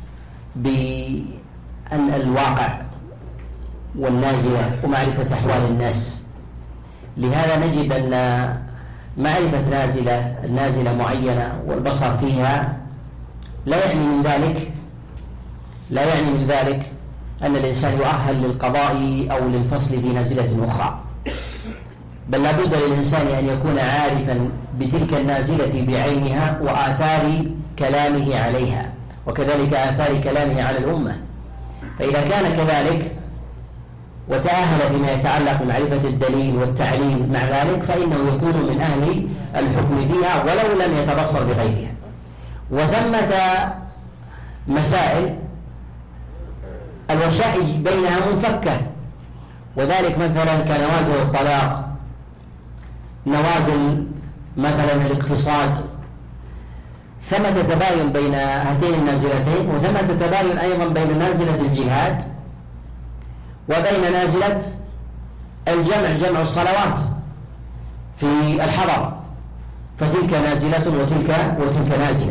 بأن الواقع والنازلة ومعرفة أحوال الناس. لهذا نجد أن معرفة نازلة النازلة معينة والبصر فيها لا يعني من ذلك لا يعني من ذلك أن الإنسان يؤهل للقضاء أو للفصل في نازلة أخرى، بل لا بد للإنسان أن يكون عارفا بتلك النازلة بعينها وآثار كلامه عليها، وكذلك آثار كلامه على الأمة. فإذا كان كذلك وتأهل فيما يتعلق بمعرفة الدليل والتعليل مع ذلك، فإنه يكون من أهل الحكم فيها ولو لم يتبصر بغيرها. وثمة مسائل الوشائج بينها منفكة، وذلك مثلا كنوازل الطلاق، نوازل مثلا الاقتصاد، ثمة تباين بين هاتين النازلتين، وثمة تباين أيضا بين نازلة الجهاد وبين نازلة الجمع جمع الصلوات في الحضر، فتلك نازلة وتلك وتلك نازلة.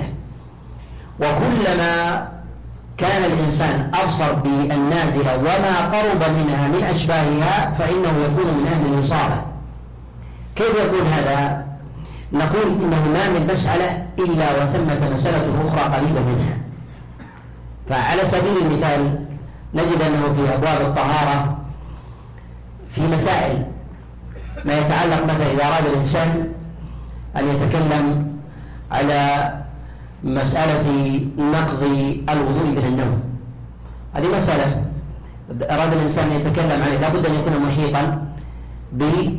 وكلما كان الإنسان أبصر بالنازلة وما قرب منها من أشباهها فإنه يكون من أهل الإصابة. كيف يكون هذا؟ نقول إنه ما من مسألة إلا وثمة مسألة أخرى قريبة منها. فعلى سبيل المثال نجد أنه في أبواب الطهارة في مسائل ما يتعلق مثلا إذا أراد الإنسان أن يتكلم على مسألة نقض الوضوء من النوم، هذه مسألة أراد الإنسان أن يتكلم عليه، لا بد أن يكون محيطا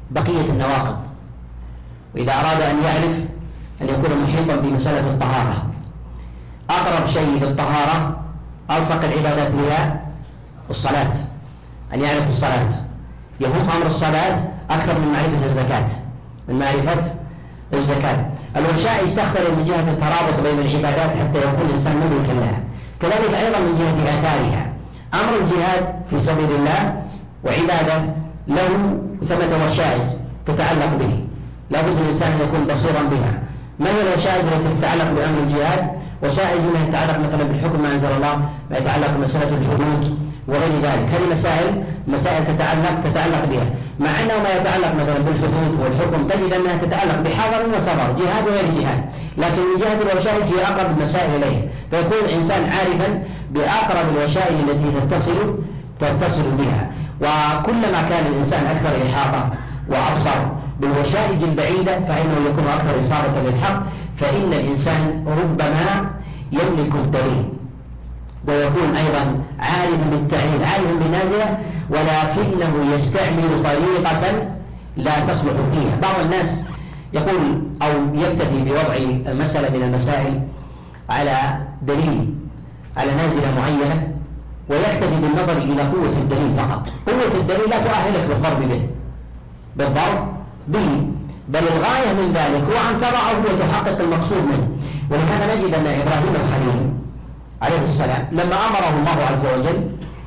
بقية النواقض. وإذا أراد أن يعرف أن يكون محيطا بمسألة الطهارة، أقرب شيء للطهارة ألصق العبادات بها الصلاة، أن يعرف الصلاة. يهم أمر الصلاة أكثر من معرفة الزكاة، من معرفة الزكاة. الوشائج تختلف من جهة الترابط بين العبادات حتى يكون الإنسان مدركا لها، كذلك أيضا من جهة آثارها. أمر الجهاد في سبيل الله وعبادة له ثمة وشائج تتعلق به، لا بد الإنسان أن يكون بصيرا بها. ما هي الوشائج التي تتعلق بأمر الجهاد؟ وشائج ما يتعلق مثلا بالحكم ما أنزل الله، ما يتعلق بمسألة الحدود وغير ذلك. هذه مسائل مسائل تتعلق تتعلق بها، مع أنه ما يتعلق مثلا بالحدود والحكم تجد أنها تتعلق بحاضر وصغر، جهاد وغير جهاد، لكن من جهة الوشائج هي أقرب المسائل إليه، فيكون الإنسان عارفا بأقرب الوشائج التي تتصل تتصل بها. وكلما كان الإنسان أكثر إحاطة وأبصر بالوشائج البعيدة فإنه يكون أكثر إصابة للحق، فإن الإنسان ربما يملك الدليل ويكون أيضا عالم بالتعليل، عالم بالنازلة، ولكنه يستعمل طريقة لا تصلح فيها. بعض الناس يقول أو يكتفي بوضع المسألة من المسائل على دليل على نازلة معينة، ويكتفي بالنظر إلى قوة الدليل فقط. قوة الدليل لا تؤهلك بالضرب به بالضرب به، بل الغاية من ذلك هو أن تضعه وتحقق المقصود منه. ولهذا نجد أن إبراهيم الخليل عليه السلام لما أمره الله عز وجل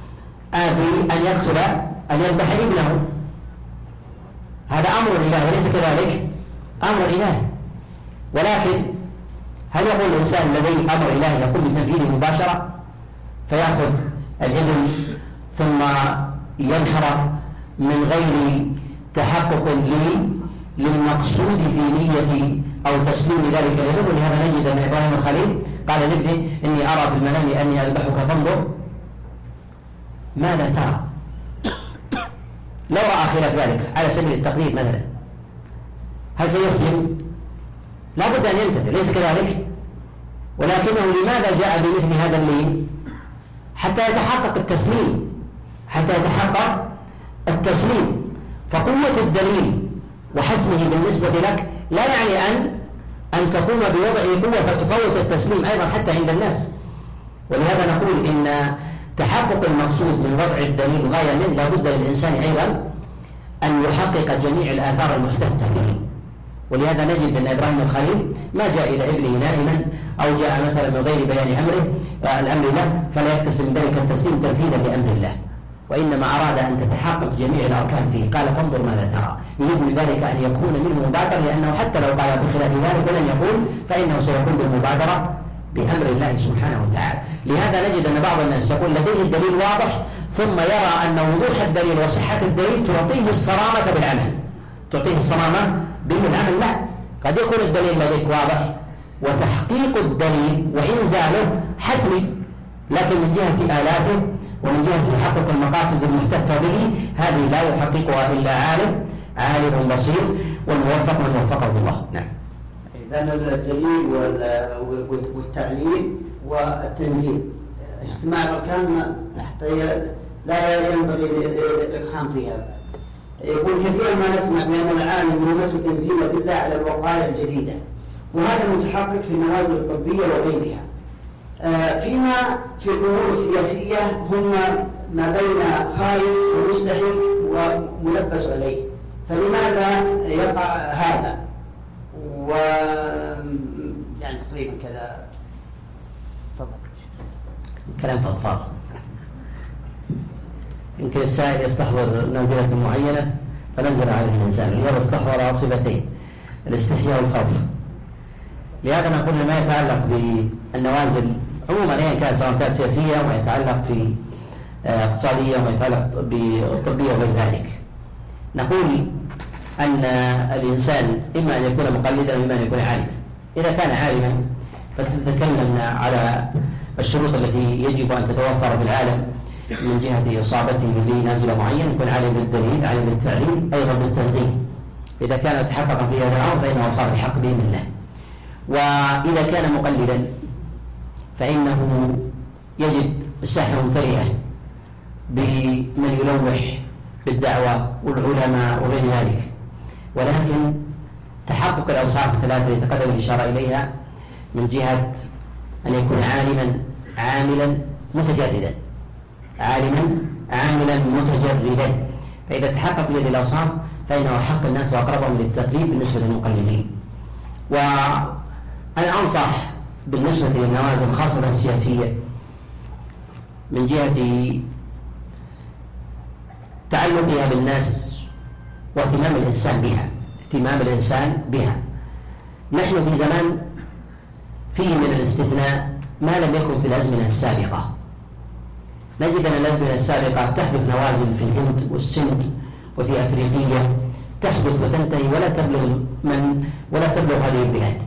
بأن يقتل أن يذبح ابنه، هذا أمر إله وليس كذلك أمر إله. ولكن هل يقول الإنسان لديه أمر إله يقول بتنفيذه مباشرة فيأخذ الابن ثم ينحر من غير تحقق للمقصود في نية أو تسليم ذلك الابن؟ ولهذا نجد أن إبراهيم الخليل قال لابنه إني أرى في المنام أني أذبحك فانظر ماذا ترى. لو رأى خلاف ذلك على سبيل التقليد مثلا هل سيخجل؟ لا بد أن يمتثل، ليس كذلك؟ ولكنه لماذا جاء بمثل هذا اللين؟ حتى يتحقق التسليم، حتى يتحقق التسليم. فقوة الدليل وحسمه بالنسبة لك لا يعني أن أن تقوم بوضع قوة فتفوت التسليم أيضا حتى عند الناس. ولهذا نقول إن تحقق المقصود من وضع الدليل غاية منه، لا بد للإنسان أيضا أن يحقق جميع الآثار المحتفة به. ولهذا نجد أن إبراهيم الخليل ما جاء إلى ابنه نائما أو جاء مثلا من غير بيان أمره الأمر له فلا يكتسب من ذلك التسليم تنفيذا لأمر الله، وإنما أراد أن تتحقق جميع الأركان فيه. قال فانظر ماذا ترى، يريد من ذلك أن يكون منه مبادرة، لأنه حتى لو قال بخلاف ذلك ولن يقول فإنه سيكون بالمبادرة بأمر الله سبحانه وتعالى. لهذا نجد أن بعض الناس يقول لديه الدليل واضح ثم يرى أن وضوح الدليل وصحة الدليل تعطيه الصرامة بالعمل، تعطيه الصرامة بالعمل. لا، قد يكون الدليل لديك واضح وتحقيق الدليل وإنزاله حتمي، لكن من جهة آلاته ومن جهة تحقق المقاصد المحتفة به هذه لا يحققها إلا عالم عالم بصير، والموفق من وفقه الله. نعم. إذن الدليل والتعليل والتنزيل اجتماع الأركان حتى لا ينبغي الإقحام فيها. يقول كثيرا ما نسمع بأن العالم مهمته تنزيل الأدلة على الوقائع الجديدة، وهذا متحقق في النوازل الطبية وغيرها. فيما في الأمور السياسية هم ما بين خائف ومستحق وملبس عليه، فلماذا يقع هذا؟ و يعني تقريبا كذا. تفضل. كلام فضفاض. يمكن السائل يستحضر نازلة معينة فنزل عليه الإنسان، لهذا استحضر صفتين الاستحياء والخوف. لهذا نقول ما يتعلق بالنوازل عموما أيا كان، سواء كانت سياسية وما يتعلق في اقتصادية وما يتعلق بالطبية وغير ذلك، نقول أن الإنسان إما أن يكون مقلدا وإما أن يكون عالما. إذا كان عالما فتتكلمنا على الشروط التي يجب أن تتوفر في العالم من جهة إصابته بنازلة معينة، يكون عالم بالدليل، عالم بالتعليل، أيضا بالتنزيل. إذا كان تحقق في هذا الأمر فإنه أصاب الحق بإذن الله. وإذا كان مقلدا فإنه يجد الساحة ممتلئة بمن يلوح بالدعوة والعلماء وغير ذلك، ولكن تحقق الأوصاف الثلاثة التي تقدم الإشارة إليها من جهة أن يكون عالما عاملا متجردا، عالما عاملا متجردا، فإذا تحقق في هذه الأوصاف فإنه حق الناس وأقربهم للتقليد بالنسبة للمقلدين. وأنا أنصح بالنسبة للنوازل خاصة السياسية من جهة تعلقها بالناس واهتمام الإنسان بها، اهتمام الإنسان بها. نحن في زمان فيه من الاستثناء ما لم يكن في الأزمنة السابقة. نجد أن الأزمنة السابقة تحدث نوازل في الهند والسند وفي أفريقيا تحدث وتنتهي ولا تبلغ من ولا تبلغ هذه البلاد،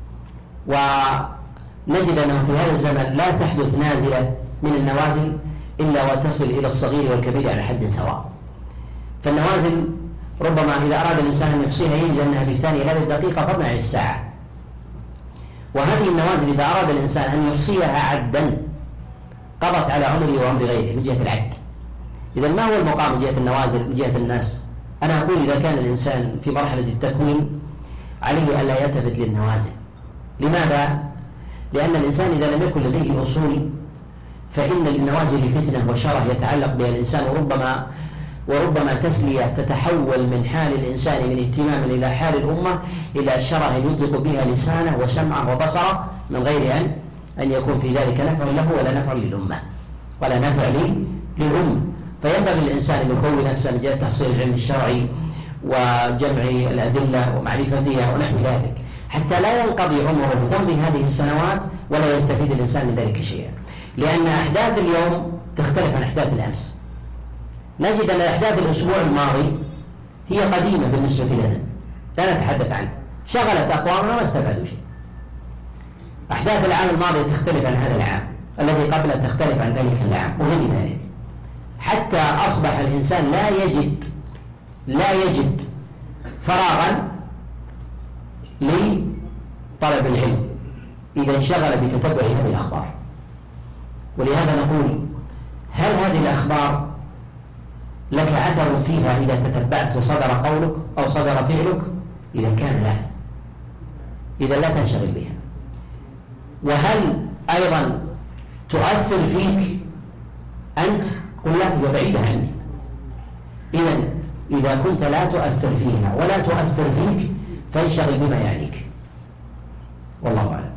ونجد أنه في هذا الزمن لا تحدث نازلة من النوازل إلا وتصل إلى الصغير والكبير على حد سواء. فالنوازل ربما إذا أراد الإنسان أن يحصيها يجد أنها بالثانية لا بالدقيقة فضلا عن الساعة. وهذه النوازل إذا أراد الإنسان أن يحصيها عدا قضت على عمره وعمر غيره من جهة العد. إذا ما هو المقام من جهة النوازل من جهة الناس؟ أنا أقول إذا كان الإنسان في مرحلة التكوين عليه ألا يلتفت للنوازل. لماذا؟ لأن الإنسان إذا لم يكن لديه أصول فإن للنوازل فتنة وشره يتعلق بها الإنسان، وربما وربما تسلية تتحول من حال الإنسان من اهتمام إلى حال الأمة إلى شره يطلق بها لسانه وسمعه وبصره من غير أن أن يكون في ذلك نفع له ولا نفع للأمة ولا نفع للأمة. فينبغي الإنسان أن يكون نفسه من جهة تحصيل العلم الشرعي وجمع الأدلة ومعرفتها ونحو ذلك حتى لا ينقضي عمره وتمضي هذه السنوات ولا يستفيد الإنسان من ذلك شيئا. لأن أحداث اليوم تختلف عن أحداث الأمس. نجد أن أحداث الأسبوع الماضي هي قديمة بالنسبة لنا لا نتحدث عنها، شغلت أقوامنا ما استفادوا شيء. أحداث العام الماضي تختلف عن هذا العام، الذي قبله تختلف عن ذلك العام وغير ذلك، حتى أصبح الإنسان لا يجد لا يجد فراغا لطلب العلم إذا انشغل بتتبع هذه الأخبار. ولهذا نقول هل هذه الأخبار لك أثر فيها إذا تتبعت وصدر قولك أو صدر فعلك؟ إذا كان لا، إذا لا تنشغل بها. وهل أيضا تؤثر فيك أنت؟ قل لا، هي بعيدة عني. إذا إذا كنت لا تؤثر فيها ولا تؤثر فيك فانشغل بما يعنيك، والله أعلم.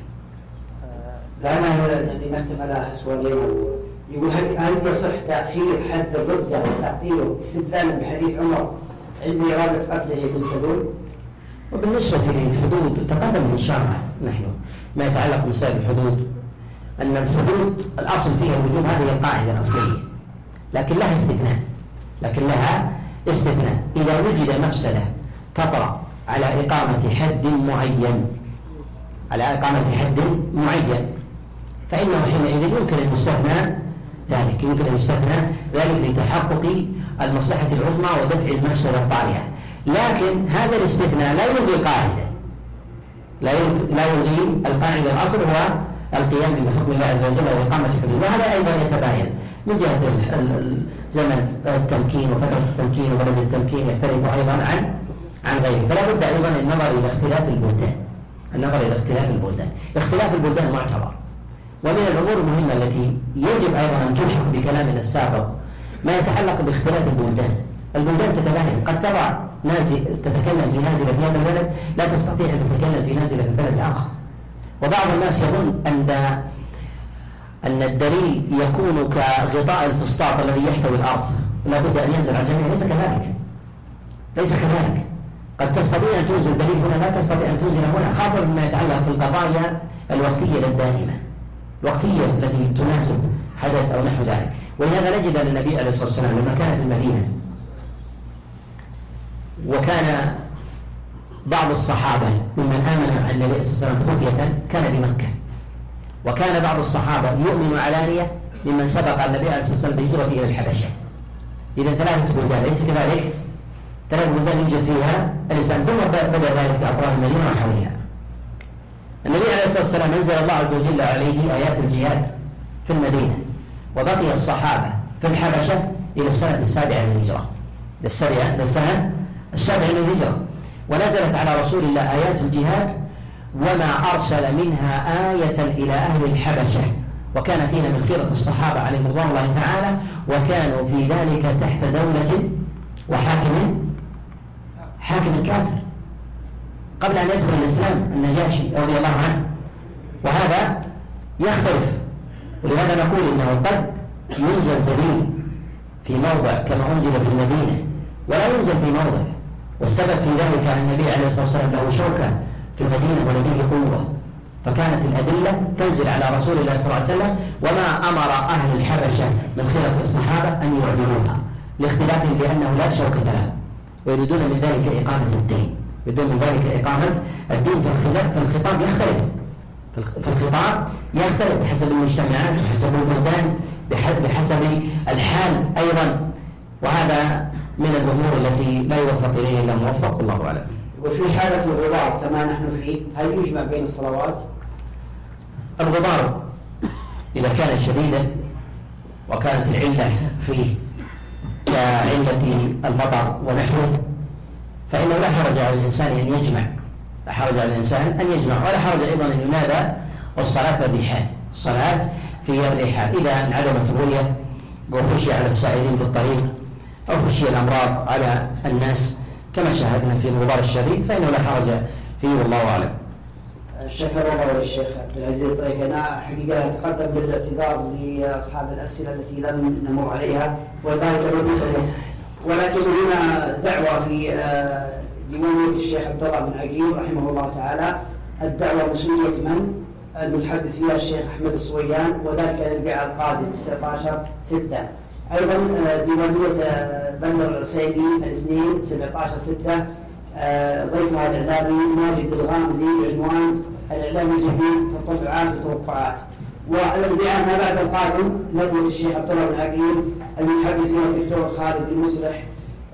لا أنا اللي مكتب على سؤالين، يقول هل هل يصح تأخير حد الردة وتعطيله استدلالا بحديث عمر عند إرادة قتله ابن سلول؟ وبالنسبة للحدود تقدم الإشارة نحن ما يتعلق بمسائل الحدود أن الحدود الأصل فيها الوجوب، هذه القاعدة الأصلية، لكن لها استثناء لكن لها استثناء إذا وجد مفسدة تطرأ على إقامة حد معين على إقامة حد معين فإنه حينئذ يمكن أن يستثنى ذلك يمكن أن يستثنى ذلك لتحقق المصلحة العظمى ودفع المفسدة الطارئة. لكن هذا الاستثناء لا يلغي القاعدة لا لا يلغي القاعدة. الأصل هو القيام بحكم الله عز وجل وإقامة حدود، وهذا أيضا يتباين من جهة زمن التمكين وفترة التمكين وبلد التمكين يختلف أيضا عن عن غيره. فلا بد أيضا النظر إلى اختلاف البلدان النظر إلى اختلاف البلدان اختلاف البلدان معتبر. ومن الأمور المهمة التي يجب أيضا أن تلحق بكلامنا السابق ما يتعلق باختلاف البلدان. البلدان تتباين، قد تضع نازل تتكلم في نازلة في هذا البلد لا تستطيع أن تتكلم في نازلة في البلد الآخر. وبعض الناس يظن أن أن الدليل يكون كغطاء الفسطاط الذي يحتوي الأرض لا بد أن ينزل على الجميع. ليس كذلك ليس كذلك قد تستطيع أن تنزل دليل هنا لا تستطيع أن تنزل هنا، خاصة بما يتعلق في القضايا الوقتية الدائمة الوقتية التي تناسب حدث أو نحو ذلك. ولهذا نجد أن النبي عليه الصلاة والسلام لما كان في المدينة وكان بعض الصحابة ممن آمن عن النبي صلى الله عليه وسلم خفية كان بمكة، وكان بعض الصحابة يؤمن علانية ممن سبق النبي عليه الصلاة والسلام بالهجرة إلى الحبشة. إذا ثلاثة بلدان ليس كذلك؟ ثلاث بلدان يوجد فيها الإسلام، ثم بدأ ذلك في أطراف المدينة وحولها. النبي عليه الصلاة والسلام أنزل الله عز وجل عليه آيات الجهاد في المدينة، وبقي الصحابة في الحبشة إلى السنة السابعة من الهجرة للسنة السابع من الهجرة، ونزلت على رسول الله آيات الجهاد وما أرسل منها آية إلى أهل الحبشة، وكان فينا من خيرة الصحابة عليهم رضوان الله تعالى، وكانوا في ذلك تحت دولة وحاكم حاكم كافر قبل أن يدخل الإسلام النجاشي رضي الله عنه. وهذا يختلف، ولهذا نقول إنه قد ينزل دليل في موضع كما أنزل في المدينة ولا ينزل في موضع، والسبب في ذلك أن النبي عليه الصلاة والسلام له شوكة في المدينة ولديه قوة، فكانت الأدلة تنزل على رسول الله صلى الله عليه وسلم، وما أمر أهل الحبشة من خيرة الصحابة أن يعبدوها لاختلافهم بأنه لا شوكة له، ويريدون من ذلك إقامة الدين، يريدون من ذلك إقامة الدين. فالخطاب يختلف، في الخطاب يختلف بحسب المجتمعات، بحسب البلدان، بحسب الحال أيضا، وهذا من الأمور التي لا يوفق إليه إلا موفق، الله أعلم. وفي حالة الغبار كما نحن فيه، هل يجمع بين الصلوات؟ الغبار إذا كان شديدا وكانت العلة فيه كعلة المطر ونحوه فإنه لا حرج على الإنسان أن يجمع، لا حرج على الإنسان أن يجمع، ولا حرج أيضا أن ينادى الصلاة في الرحال، الصلاة في الرحال إذا انعدمت الرؤية وخشي على السائرين في الطريق أو خشي الأمراض على الناس كما شاهدنا في الغبار الشديد فإنه لا حرج فيه، والله أعلم. شكر الله للشيخ عبد العزيز طيفنا، حقيقة أتقدم بالاعتذار لأصحاب الأسئلة التي لم نمر عليها وذلك ولكن هنا دعوة في ديوانية الشيخ عبد الله بن عقيل رحمه الله تعالى، الدعوة مسؤولية من؟ المتحدث فيها الشيخ أحمد الصويان، وذلك الأربعاء القادم تسعة عشر ستة. أيضا ديوانية بندر العسيمي الاثنين سبعة عشر ستة، ضيفها الإعلامي ماجد الغامدي بعنوان الإعلام الجديد تطلعات وتوقعات. والأربعاء ما بعد القادم ندوة الشيخ عبد الله بن عقيل المتحدث فيها الدكتور خالد المصلح.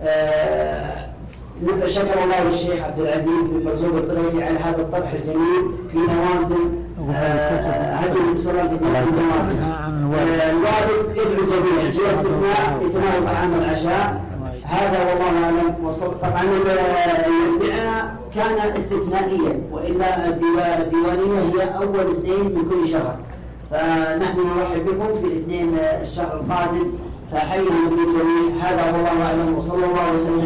شكر الله للشيخ عبد العزيز بن مرزوق الطريفي على هذا الطرح الجميل في نوازل هدي المسلمين في نوازل. الوالد يدعو الجميع باستثناء لتناول طعام العشاء، هذا والله اعلم. طبعا الدعاء كان استثنائيا، والا الديوانيه هي اول اثنين من كل شهر، فنحن نرحب بكم في الاثنين الشهر القادم، فحينا بالجميع. هذا والله اعلم، وصلى الله وسلم